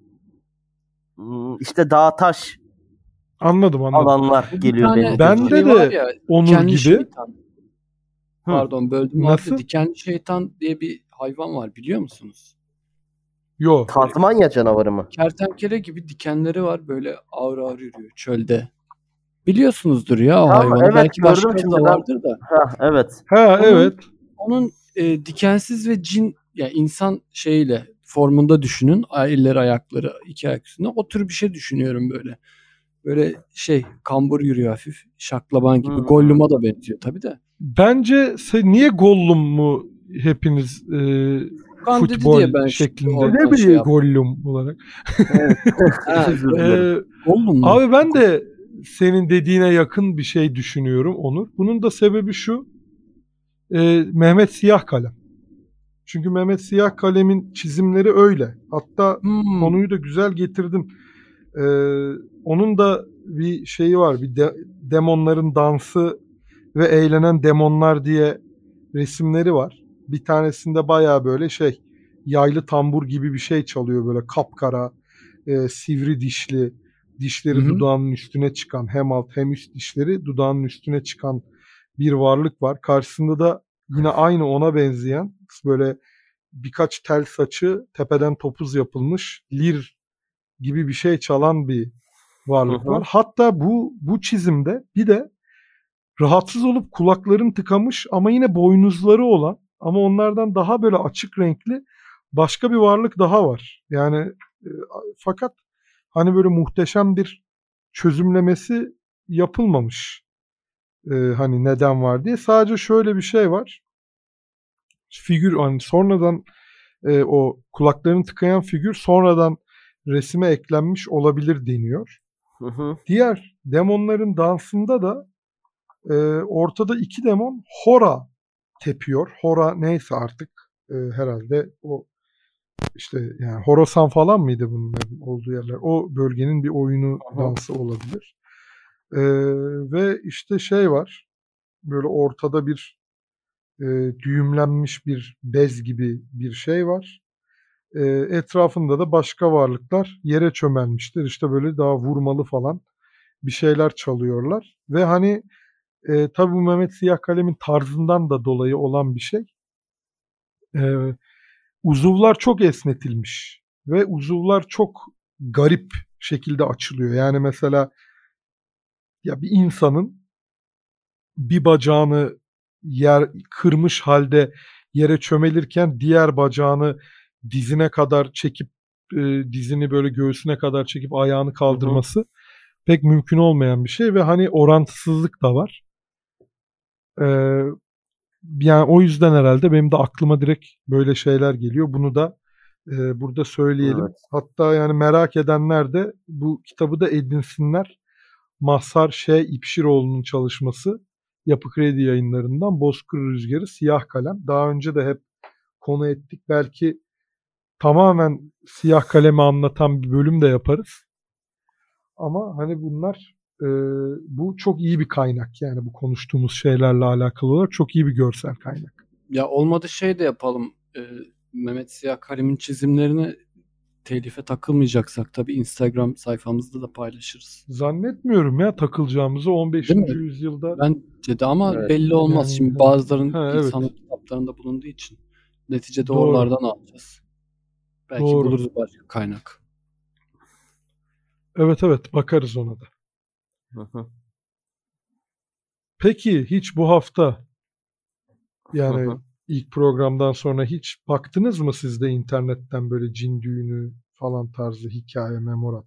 ım, işte dağ taş Anladım anladım. alanlar Bir geliyor tane benim Bende gözüme. şey de var ya, Onur dikenli gibi. şeytan. Pardon böldüm abi. Nasıl? Dikenli şeytan diye bir hayvan var biliyor musunuz? Yo. Tazmanya canavarı mı? Kertenkele gibi dikenleri var, böyle ağır ağır yürüyor çölde. Biliyorsunuzdur ya o Tamam, hayvanı. evet, Belki başka gördüm şimdi da ben. vardır da. Ha, evet. Ha Onun- evet. Onun e, dikensiz ve cin, yani insan şeyiyle formunda düşünün. Elleri ayakları iki ayak üstünde. O tür bir şey düşünüyorum böyle. Böyle şey kambur yürüyor hafif. Şaklaban gibi. Hmm. Gollum'a da benziyor tabii de. Bence sen niye Gollum mu hepiniz e, Kan dedi futbol diye ben şeklinde şimdi oradan ne şey bileyim yaptım. Gollum olarak. Ha, Özür dilerim. Ee, Gollum mu? abi ben de senin dediğine yakın bir şey düşünüyorum Onur. Bunun da sebebi şu. e, Mehmet Siyah Kalem. Çünkü Mehmet Siyah Kalem'in çizimleri öyle. Hatta Hmm. konuyu da güzel getirdin. Ee, onun da bir şeyi var. Bir de, demonların dansı ve eğlenen demonlar diye resimleri var. Bir tanesinde bayağı böyle şey yaylı tambur gibi bir şey çalıyor, böyle kapkara, e, sivri dişli, dişleri Hı hı. dudağının üstüne çıkan, hem alt hem üst dişleri dudağının üstüne çıkan bir varlık var. Karşısında da yine aynı ona benzeyen böyle birkaç tel saçı tepeden topuz yapılmış lir gibi bir şey çalan bir varlık Hı hı. var. Hatta bu bu çizimde bir de rahatsız olup kulakların tıkamış ama yine boynuzları olan ama onlardan daha böyle açık renkli başka bir varlık daha var. Yani e, fakat hani böyle muhteşem bir çözümlemesi yapılmamış. E, hani neden var diye. Sadece şöyle bir şey var. Figür hani sonradan e, o kulaklarını tıkayan figür sonradan resime eklenmiş olabilir deniyor. Hı hı. Diğer demonların dansında da e, ortada iki demon hora tepiyor. Hora neyse artık e, herhalde o işte yani Horasan falan mıydı bunların olduğu yerler? O bölgenin bir oyunu Aha. dansı olabilir. E, ve işte şey var. Böyle ortada bir e, düğümlenmiş bir bez gibi bir şey var. E, etrafında da başka varlıklar yere çömelmiştir. İşte böyle daha vurmalı falan bir şeyler çalıyorlar. Ve hani e, tabii bu Mehmet Siyah Kalem'in tarzından da dolayı olan bir şey. E, uzuvlar çok esnetilmiş. Ve uzuvlar çok garip şekilde açılıyor. Yani mesela ya bir insanın bir bacağını yer kırmış halde yere çömelirken diğer bacağını dizine kadar çekip e, dizini böyle göğsüne kadar çekip ayağını kaldırması hı hı. pek mümkün olmayan bir şey ve hani orantısızlık da var. Ee, yani o yüzden herhalde benim de aklıma direkt böyle şeyler geliyor. Bunu da e, burada söyleyelim. Evet. Hatta yani merak edenler de bu kitabı da edinsinler. Mazhar Ş. İpşiroğlu'nun çalışması. Yapı Kredi Yayınları'ndan Bozkır Rüzgarı Siyah Kalem. Daha önce de hep konu ettik. Belki tamamen Siyah Kalem'i anlatan bir bölüm de yaparız. Ama hani bunlar e, bu çok iyi bir kaynak. Yani bu konuştuğumuz şeylerle alakalı olarak çok iyi bir görsel kaynak. Ya olmadı şey de yapalım. Ee, Mehmet Siyah Kalem'in çizimlerini telife takılmayacaksak tabii Instagram sayfamızda da paylaşırız. Zannetmiyorum ya takılacağımızı on beşinci yüzyılda. Bence de ama Evet. belli olmaz. Yani, Şimdi bazıların ha, evet. sanat kitaplarında bulunduğu için neticede Doğru. oralardan alacağız. Belki Doğru. buluruz başka kaynak. Evet evet bakarız ona da. Hı hı. Peki hiç bu hafta yani Hı hı. ilk programdan sonra hiç baktınız mı siz de internetten böyle cin düğünü falan tarzı hikaye, memorat?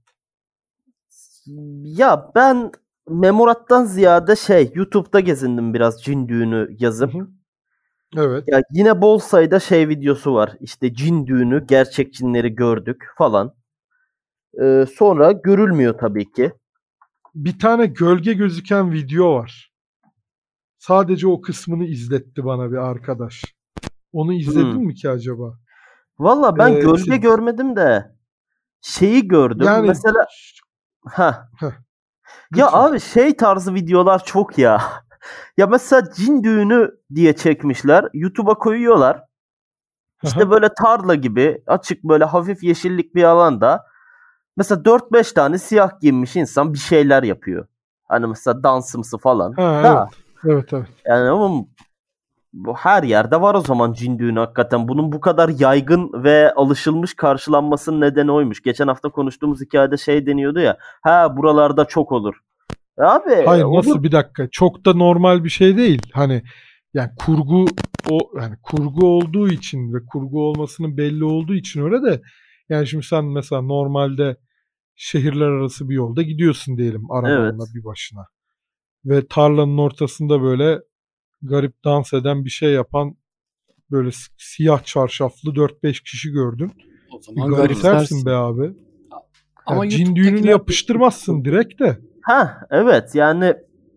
Ya ben memorattan ziyade şey YouTube'da gezindim biraz cin düğünü yazıp. Hı hı. Evet. Ya yine bol sayıda şey videosu var. İşte cin düğünü, gerçek cinleri gördük falan. Ee, sonra görülmüyor tabii ki. Bir tane gölge gözüken video var. Sadece o kısmını izletti bana bir arkadaş. Onu izledin Hmm. mi ki acaba? Valla ben Ee, gölge şey- görmedim de şeyi gördüm. Yani Mesela ha. Heh. Ya Lütfen. abi şey tarzı videolar çok ya. Ya mesela cin düğünü diye çekmişler. YouTube'a koyuyorlar. İşte Aha. böyle tarla gibi açık böyle hafif yeşillik bir alanda. Mesela dört beş tane siyah giyinmiş insan bir şeyler yapıyor. Hani mesela dansımsı falan. Ha, Da, evet. Evet evet. yani ama bu her yerde var o zaman cin düğünü hakikaten. Bunun bu kadar yaygın ve alışılmış karşılanmasının nedeni oymuş. Geçen hafta konuştuğumuz hikayede şey deniyordu ya. Ha buralarda çok olur. E abi Hayır olur. nasıl bir dakika. Çok da normal bir şey değil. Hani yani kurgu o yani kurgu olduğu için ve kurgu olmasının belli olduğu için öyle de yani şimdi sen mesela normalde şehirler arası bir yolda gidiyorsun diyelim arabanla Evet. bir başına. Ve tarlanın ortasında böyle garip dans eden bir şey yapan böyle si- siyah çarşaflı dört beş kişi gördün. O Bir zaman garipsersin garipsersin. be abi. Ama Yani cin YouTube'dakiler- düğününü yapıştırmazsın direkt de. Ha evet yani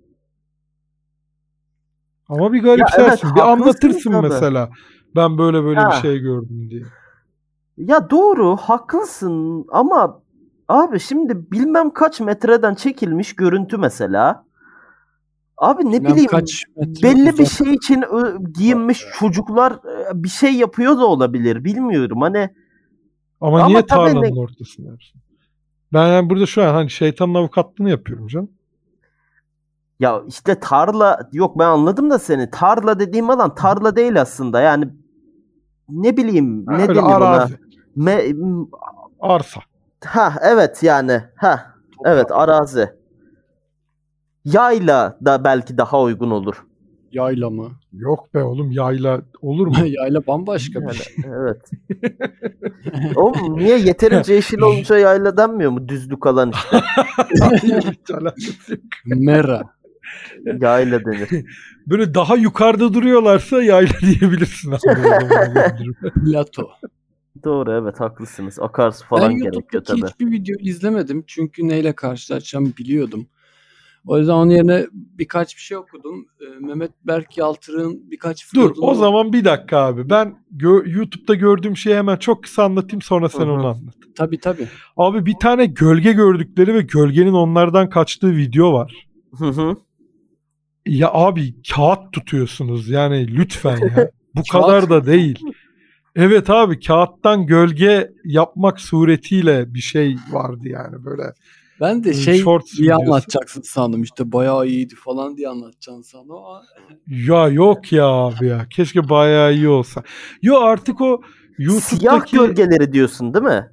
Ama bir garipsersin. evet, bir haklısınız anlatırsın tabii. mesela. Ben böyle böyle bir Ha. şey gördüm diye. ya doğru haklısın ama abi şimdi bilmem kaç metreden çekilmiş görüntü mesela. Abi ne Bilmem bileyim kaç metre belli bir uzak. şey için ö, giyinmiş çocuklar e, bir şey yapıyor da olabilir bilmiyorum hani. Ama, Ama niye tabii tarlanın ne- ortasında yapsın? Ben yani burada şu an hani şeytanın avukatlığını yapıyorum canım. Ya işte tarla yok ben anladım da seni. Tarla dediğim alan tarla değil aslında. Yani ne bileyim ne Öyle denir ona? arazi, Me, m- arsa. ha evet yani. Ha evet arazi. Yayla da belki daha uygun olur. Yayla mı? Yok be oğlum yayla olur mu? Yayla bambaşka bir Yani, şey. evet. Oğlum niye yeterince yeşil olunca yayla denmiyor mu? Düzlük alan işte. Hayır, hiç alakası yok. Mera. Yayla denir. Böyle daha yukarıda duruyorlarsa yayla diyebilirsin. Abi, o zaman olabilir. Plato. Doğru evet haklısınız. Akarsu Ben falan gerekiyor YouTube'daki tabii. hiçbir video izlemedim. Çünkü neyle karşılaşacağımı biliyordum. O yüzden onun yerine birkaç bir şey okudum. Ee, Mehmet Berk Yaltırık'ın birkaç Dur vlogunu o zaman bir dakika abi. Ben gö- YouTube'da gördüğüm şeyi hemen çok kısa anlatayım sonra sen Hı hı. onu anlat. Tabii tabii. Abi bir tane gölge gördükleri ve gölgenin onlardan kaçtığı video var. Hı hı. Ya abi kağıt tutuyorsunuz yani lütfen ya. Bu Kağıt kadar da değil. Evet abi kağıttan gölge yapmak suretiyle bir şey vardı yani böyle. Ben de Ee, şey shorts diye videosu. anlatacaksın sandım. İşte bayağı iyiydi falan diye anlatacaksın sandım ama Ya yok ya abi ya. Keşke bayağı iyi olsa. Yo artık o Siyah YouTube'daki gölgeleri diyorsun değil mi?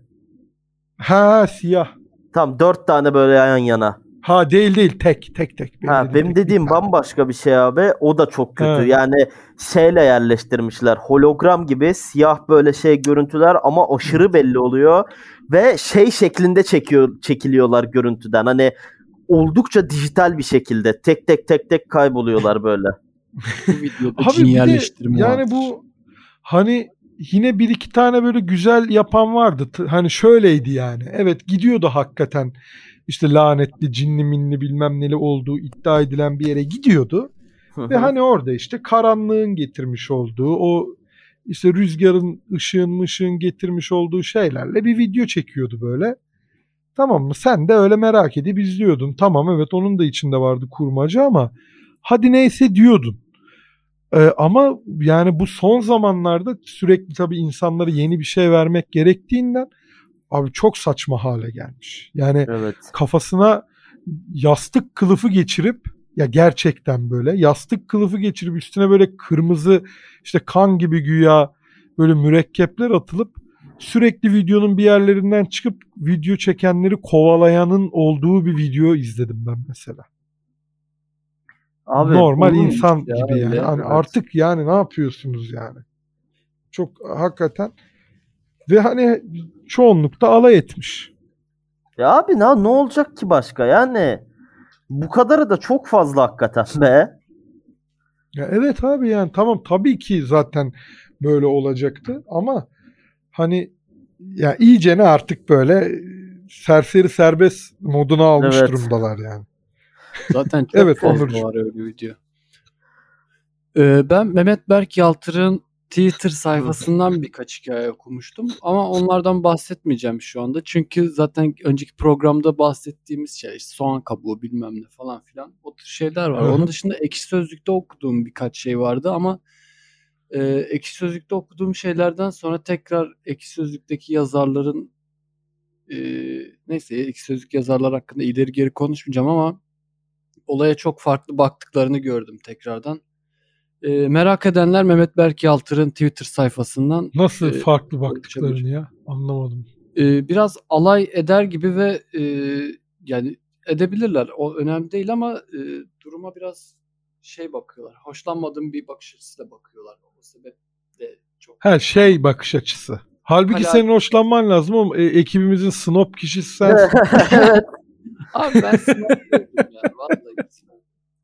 ha siyah. Tam dört tane böyle yan yana. Ha değil değil tek tek tek. Benim Ha dediğim benim tek bir dediğim tane. bambaşka bir şey abi. O da çok kötü. Ha. Yani şeyle yerleştirmişler. Hologram gibi siyah böyle şey görüntüler ama aşırı belli oluyor ve şey şeklinde çekiyor çekiliyorlar görüntüden. Hani oldukça dijital bir şekilde tek tek tek tek kayboluyorlar böyle. bu videoda Abi cin bir de yerleştirme yani vardır. bu hani yine bir iki tane böyle güzel yapan vardı. T- Hani şöyleydi yani. Evet gidiyordu hakikaten işte lanetli, cinli minli bilmem neli olduğu iddia edilen bir yere gidiyordu. Hı Ve hı. hani orada işte karanlığın getirmiş olduğu o işte rüzgarın, ışığın, ışığın getirmiş olduğu şeylerle bir video çekiyordu böyle. Tamam mı? Sen de öyle merak edip izliyordun. Tamam evet onun da içinde vardı kurmaca ama hadi neyse diyordun. Ee, ama yani bu son zamanlarda sürekli tabii insanlara yeni bir şey vermek gerektiğinden abi çok saçma hale gelmiş. Yani Evet. kafasına yastık kılıfı geçirip ya gerçekten böyle yastık kılıfı geçirip üstüne böyle kırmızı işte kan gibi güya böyle mürekkepler atılıp sürekli videonun bir yerlerinden çıkıp video çekenleri kovalayanın olduğu bir video izledim ben mesela. Abi Normal onun- insan ya gibi yani. öyle, Hani evet. artık yani ne yapıyorsunuz yani? Çok hakikaten ve hani çoğunlukta alay etmiş. Ya abi ne, ne olacak ki başka? Yani bu kadarı da çok fazla hakikaten be. Ya evet abi yani tamam tabii ki zaten böyle olacaktı ama hani ya iyicene artık böyle serseri serbest moduna almış Evet. durumdalar yani. Zaten çok Evet, fazla Onurcuğum. var öyle video. Ee, ben Mehmet Berk Yaltır'ın Twitter sayfasından birkaç hikaye okumuştum. Ama onlardan bahsetmeyeceğim şu anda. Çünkü zaten önceki programda bahsettiğimiz şey işte soğan kabuğu bilmem ne falan filan. O tür şeyler var. Hı hı. Onun dışında Ekşi Sözlük'te okuduğum birkaç şey vardı ama e, Ekşi Sözlük'te okuduğum şeylerden sonra tekrar Ekşi Sözlük'teki yazarların e, neyse Ekşi Sözlük yazarlar hakkında ileri geri konuşmayacağım ama olaya çok farklı baktıklarını gördüm tekrardan. E, merak edenler Mehmet Berk Yaltır'ın Twitter sayfasından Nasıl e, farklı ulaşabilir. baktıklarını ya? Anlamadım. E, biraz alay eder gibi ve e, yani edebilirler. O önemli değil ama e, duruma biraz şey bakıyorlar. Hoşlanmadığım bir bakış açısıyla bakıyorlar. O sebeple çok Ha şey bakış açısı. Halbuki Hala- senin hoşlanman lazım ama e, ekibimizin snob kişisi sensin. Evet. Abi ben sınav gördüm yani. Vallahi sınav.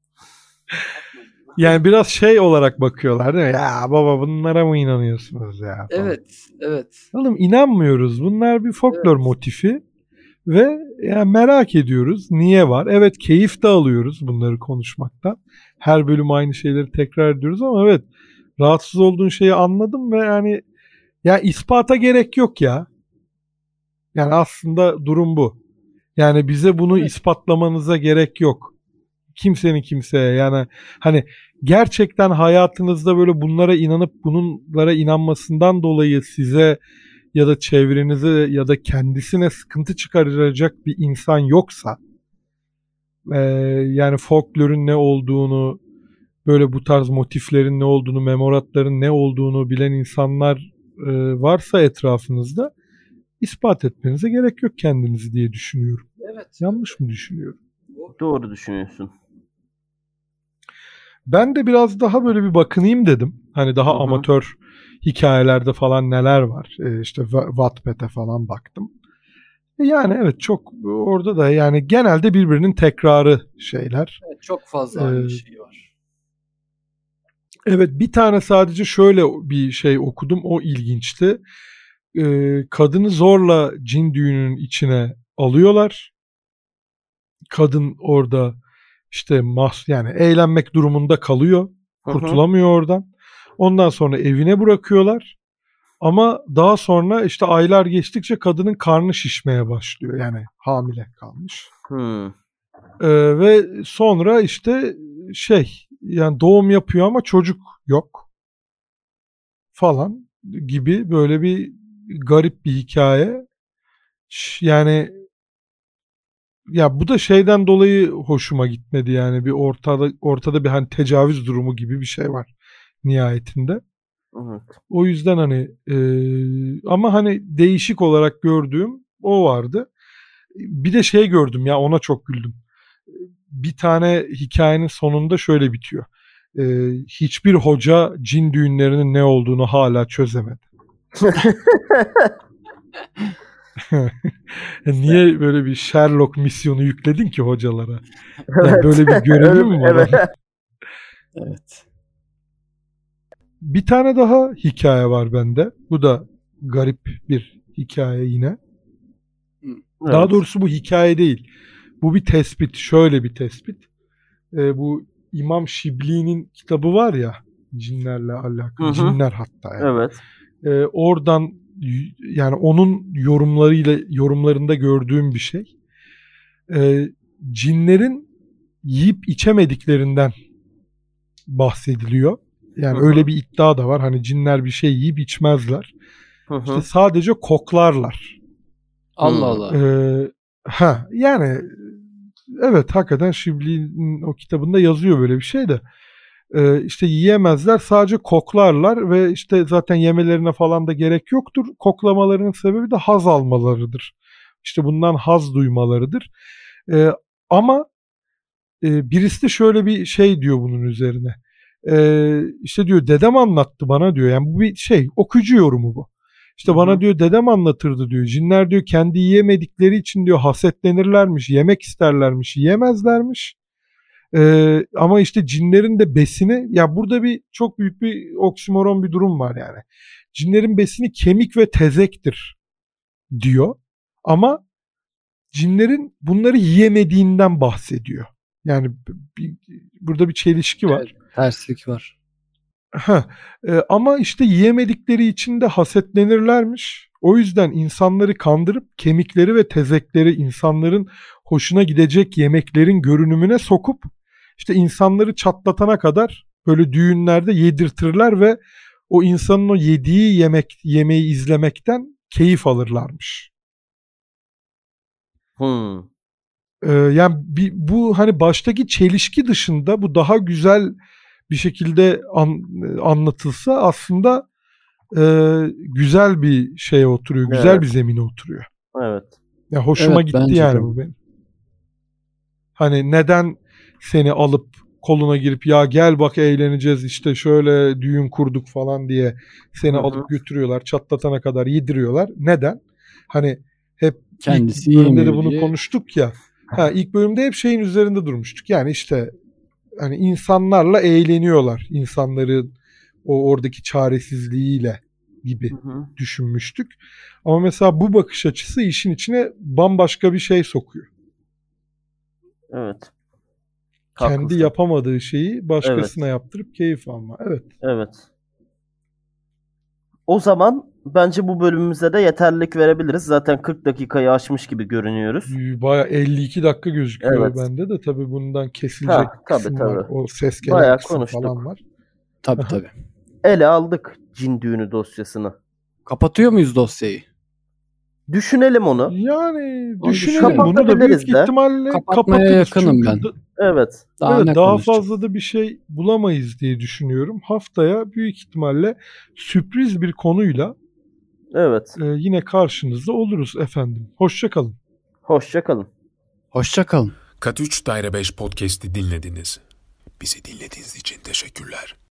Yani biraz şey olarak bakıyorlar değil mi? Ya baba bunlara mı inanıyorsunuz ya? falan. Evet, evet. Oğlum inanmıyoruz. Bunlar bir folklor Evet. motifi ve yani merak ediyoruz. Niye var? Evet keyif de alıyoruz bunları konuşmaktan. Her bölüm aynı şeyleri tekrar ediyoruz ama evet rahatsız olduğun şeyi anladım ve yani ya ispata gerek yok ya. Yani aslında durum bu. Yani bize bunu Evet. ispatlamanıza gerek yok. Kimsenin kimseye yani hani gerçekten hayatınızda böyle bunlara inanıp bunlara inanmasından dolayı size ya da çevrenize ya da kendisine sıkıntı çıkaracak bir insan yoksa e, yani folklorun ne olduğunu böyle bu tarz motiflerin ne olduğunu memoratların ne olduğunu bilen insanlar e, varsa etrafınızda ispat etmenize gerek yok kendinizi diye düşünüyorum. Evet. Yanlış mı düşünüyorum? Doğru düşünüyorsun. Ben de biraz daha böyle bir bakınayım dedim. Hani daha Hı hı. amatör hikayelerde falan neler var. Ee, işte Wa- Wattpad'e falan baktım. E Yani evet çok orada da yani genelde birbirinin tekrarı şeyler. Evet, çok fazla Ee, aynı şey var. Evet bir tane sadece şöyle bir şey okudum. O ilginçti. Ee, kadını zorla cin düğününün içine alıyorlar. Kadın orada işte mas yani eğlenmek durumunda kalıyor. Hı hı. Kurtulamıyor oradan. Ondan sonra evine bırakıyorlar. Ama daha sonra işte aylar geçtikçe kadının karnı şişmeye başlıyor. Yani hamile kalmış. Hmm. Ee, ve sonra işte şey yani doğum yapıyor ama çocuk yok falan gibi böyle bir garip bir hikaye. Ş- Yani ya bu da şeyden dolayı hoşuma gitmedi yani bir ortada ortada bir hani tecavüz durumu gibi bir şey var nihayetinde. Evet. O yüzden hani e, ama hani değişik olarak gördüğüm o vardı. Bir de şey gördüm ya ona çok güldüm. Bir tane hikayenin sonunda şöyle bitiyor. E, hiçbir hoca cin düğünlerinin ne olduğunu hala çözemedi. Niye böyle bir Sherlock misyonu yükledin ki hocalara? Yani böyle bir görevi Evet, mi var? evet. onun? Evet. Bir tane daha hikaye var bende. Bu da garip bir hikaye yine. Daha Evet. doğrusu bu hikaye değil. Bu bir tespit. Şöyle bir tespit. Ee, bu İmam Şibli'nin kitabı var ya cinlerle alakalı. Hı hı. Cinler hatta yani. Evet. Ee, oradan y- yani onun yorumlarıyla yorumlarında gördüğüm bir şey. Ee, cinlerin yiyip içemediklerinden bahsediliyor. Yani Hı hı. öyle bir iddia da var. Hani cinler bir şey yiyip içmezler. Hı hı. İşte sadece koklarlar. Allah Hmm. Allah. Ee, ha yani evet hakikaten Şibli'nin o kitabında yazıyor böyle bir şey de. Ee, işte yiyemezler sadece koklarlar ve işte zaten yemelerine falan da gerek yoktur. Koklamalarının sebebi de haz almalarıdır. İşte bundan haz duymalarıdır. Ee, ama e, birisi de şöyle bir şey diyor bunun üzerine. Ee, işte diyor dedem anlattı bana diyor. Yani bu bir şey okuyucu yorumu bu. İşte Hı bana hı. diyor dedem anlatırdı diyor. Cinler diyor kendi yiyemedikleri için diyor hasetlenirlermiş, yemek isterlermiş, yiyemezlermiş. Ee, ama işte cinlerin de besini ya burada bir çok büyük bir oksimoron bir durum var yani. Cinlerin besini kemik ve tezektir diyor. Ama cinlerin bunları yiyemediğinden bahsediyor. Yani bir, burada bir çelişki var. Evet, terslik var. Heh, e, ama işte yiyemedikleri için de hasetlenirlermiş. O yüzden insanları kandırıp kemikleri ve tezekleri insanların hoşuna gidecek yemeklerin görünümüne sokup işte insanları çatlatana kadar böyle düğünlerde yedirtirler ve o insanın o yediği yemek yemeği izlemekten keyif alırlarmış. Hmm. Ee, yani bir, bu hani baştaki çelişki dışında bu daha güzel bir şekilde an, anlatılsa aslında e, güzel bir şeye oturuyor, güzel Evet. bir zemine oturuyor. Evet. Ya hoşuma Evet, gitti bence yani de. bu benim. Hani neden seni alıp koluna girip ya gel bak eğleneceğiz işte şöyle düğün kurduk falan diye seni Hı hı. alıp götürüyorlar, çatlatana kadar yediriyorlar. Neden? Hani hep Kendisi ilk bölümde de yemiyor bunu diye. konuştuk ya. Ha, ilk bölümde hep şeyin üzerinde durmuştuk. Yani işte hani insanlarla eğleniyorlar. İnsanların o oradaki çaresizliğiyle gibi Hı hı. düşünmüştük. Ama mesela bu bakış açısı işin içine bambaşka bir şey sokuyor. Evet. Kendi Haklısın. yapamadığı şeyi başkasına Evet. yaptırıp keyif alma. Evet. Evet. O zaman bence bu bölümümüze de yeterlilik verebiliriz. Zaten kırk dakikayı aşmış gibi görünüyoruz. Baya elli iki dakika gözüküyor Evet. bende de tabii bundan kesilecek Ha, tabii kısım var. tabii. O ses gelen Bayağı kısım konuştuk. falan var. Tabii Aha. tabii. Ele aldık cin düğünü dosyasını. Kapatıyor muyuz dosyayı? Düşünelim onu. Yani Onu düşünelim düşünelim. bunu da büyük Kapatabiliriz de. ihtimalle Kapatmaya kapatırız. yakınım Çünkü ben. da- Evet. Daha evet, ne daha konuşacağız? fazla da bir şey bulamayız diye düşünüyorum. Haftaya büyük ihtimalle sürpriz bir konuyla Evet. e, yine karşınızda oluruz efendim. Hoşça kalın. Hoşça kalın. Hoşça kalın. Kat üç Daire beş podcast'i dinlediniz. Bizi dinlediğiniz için teşekkürler.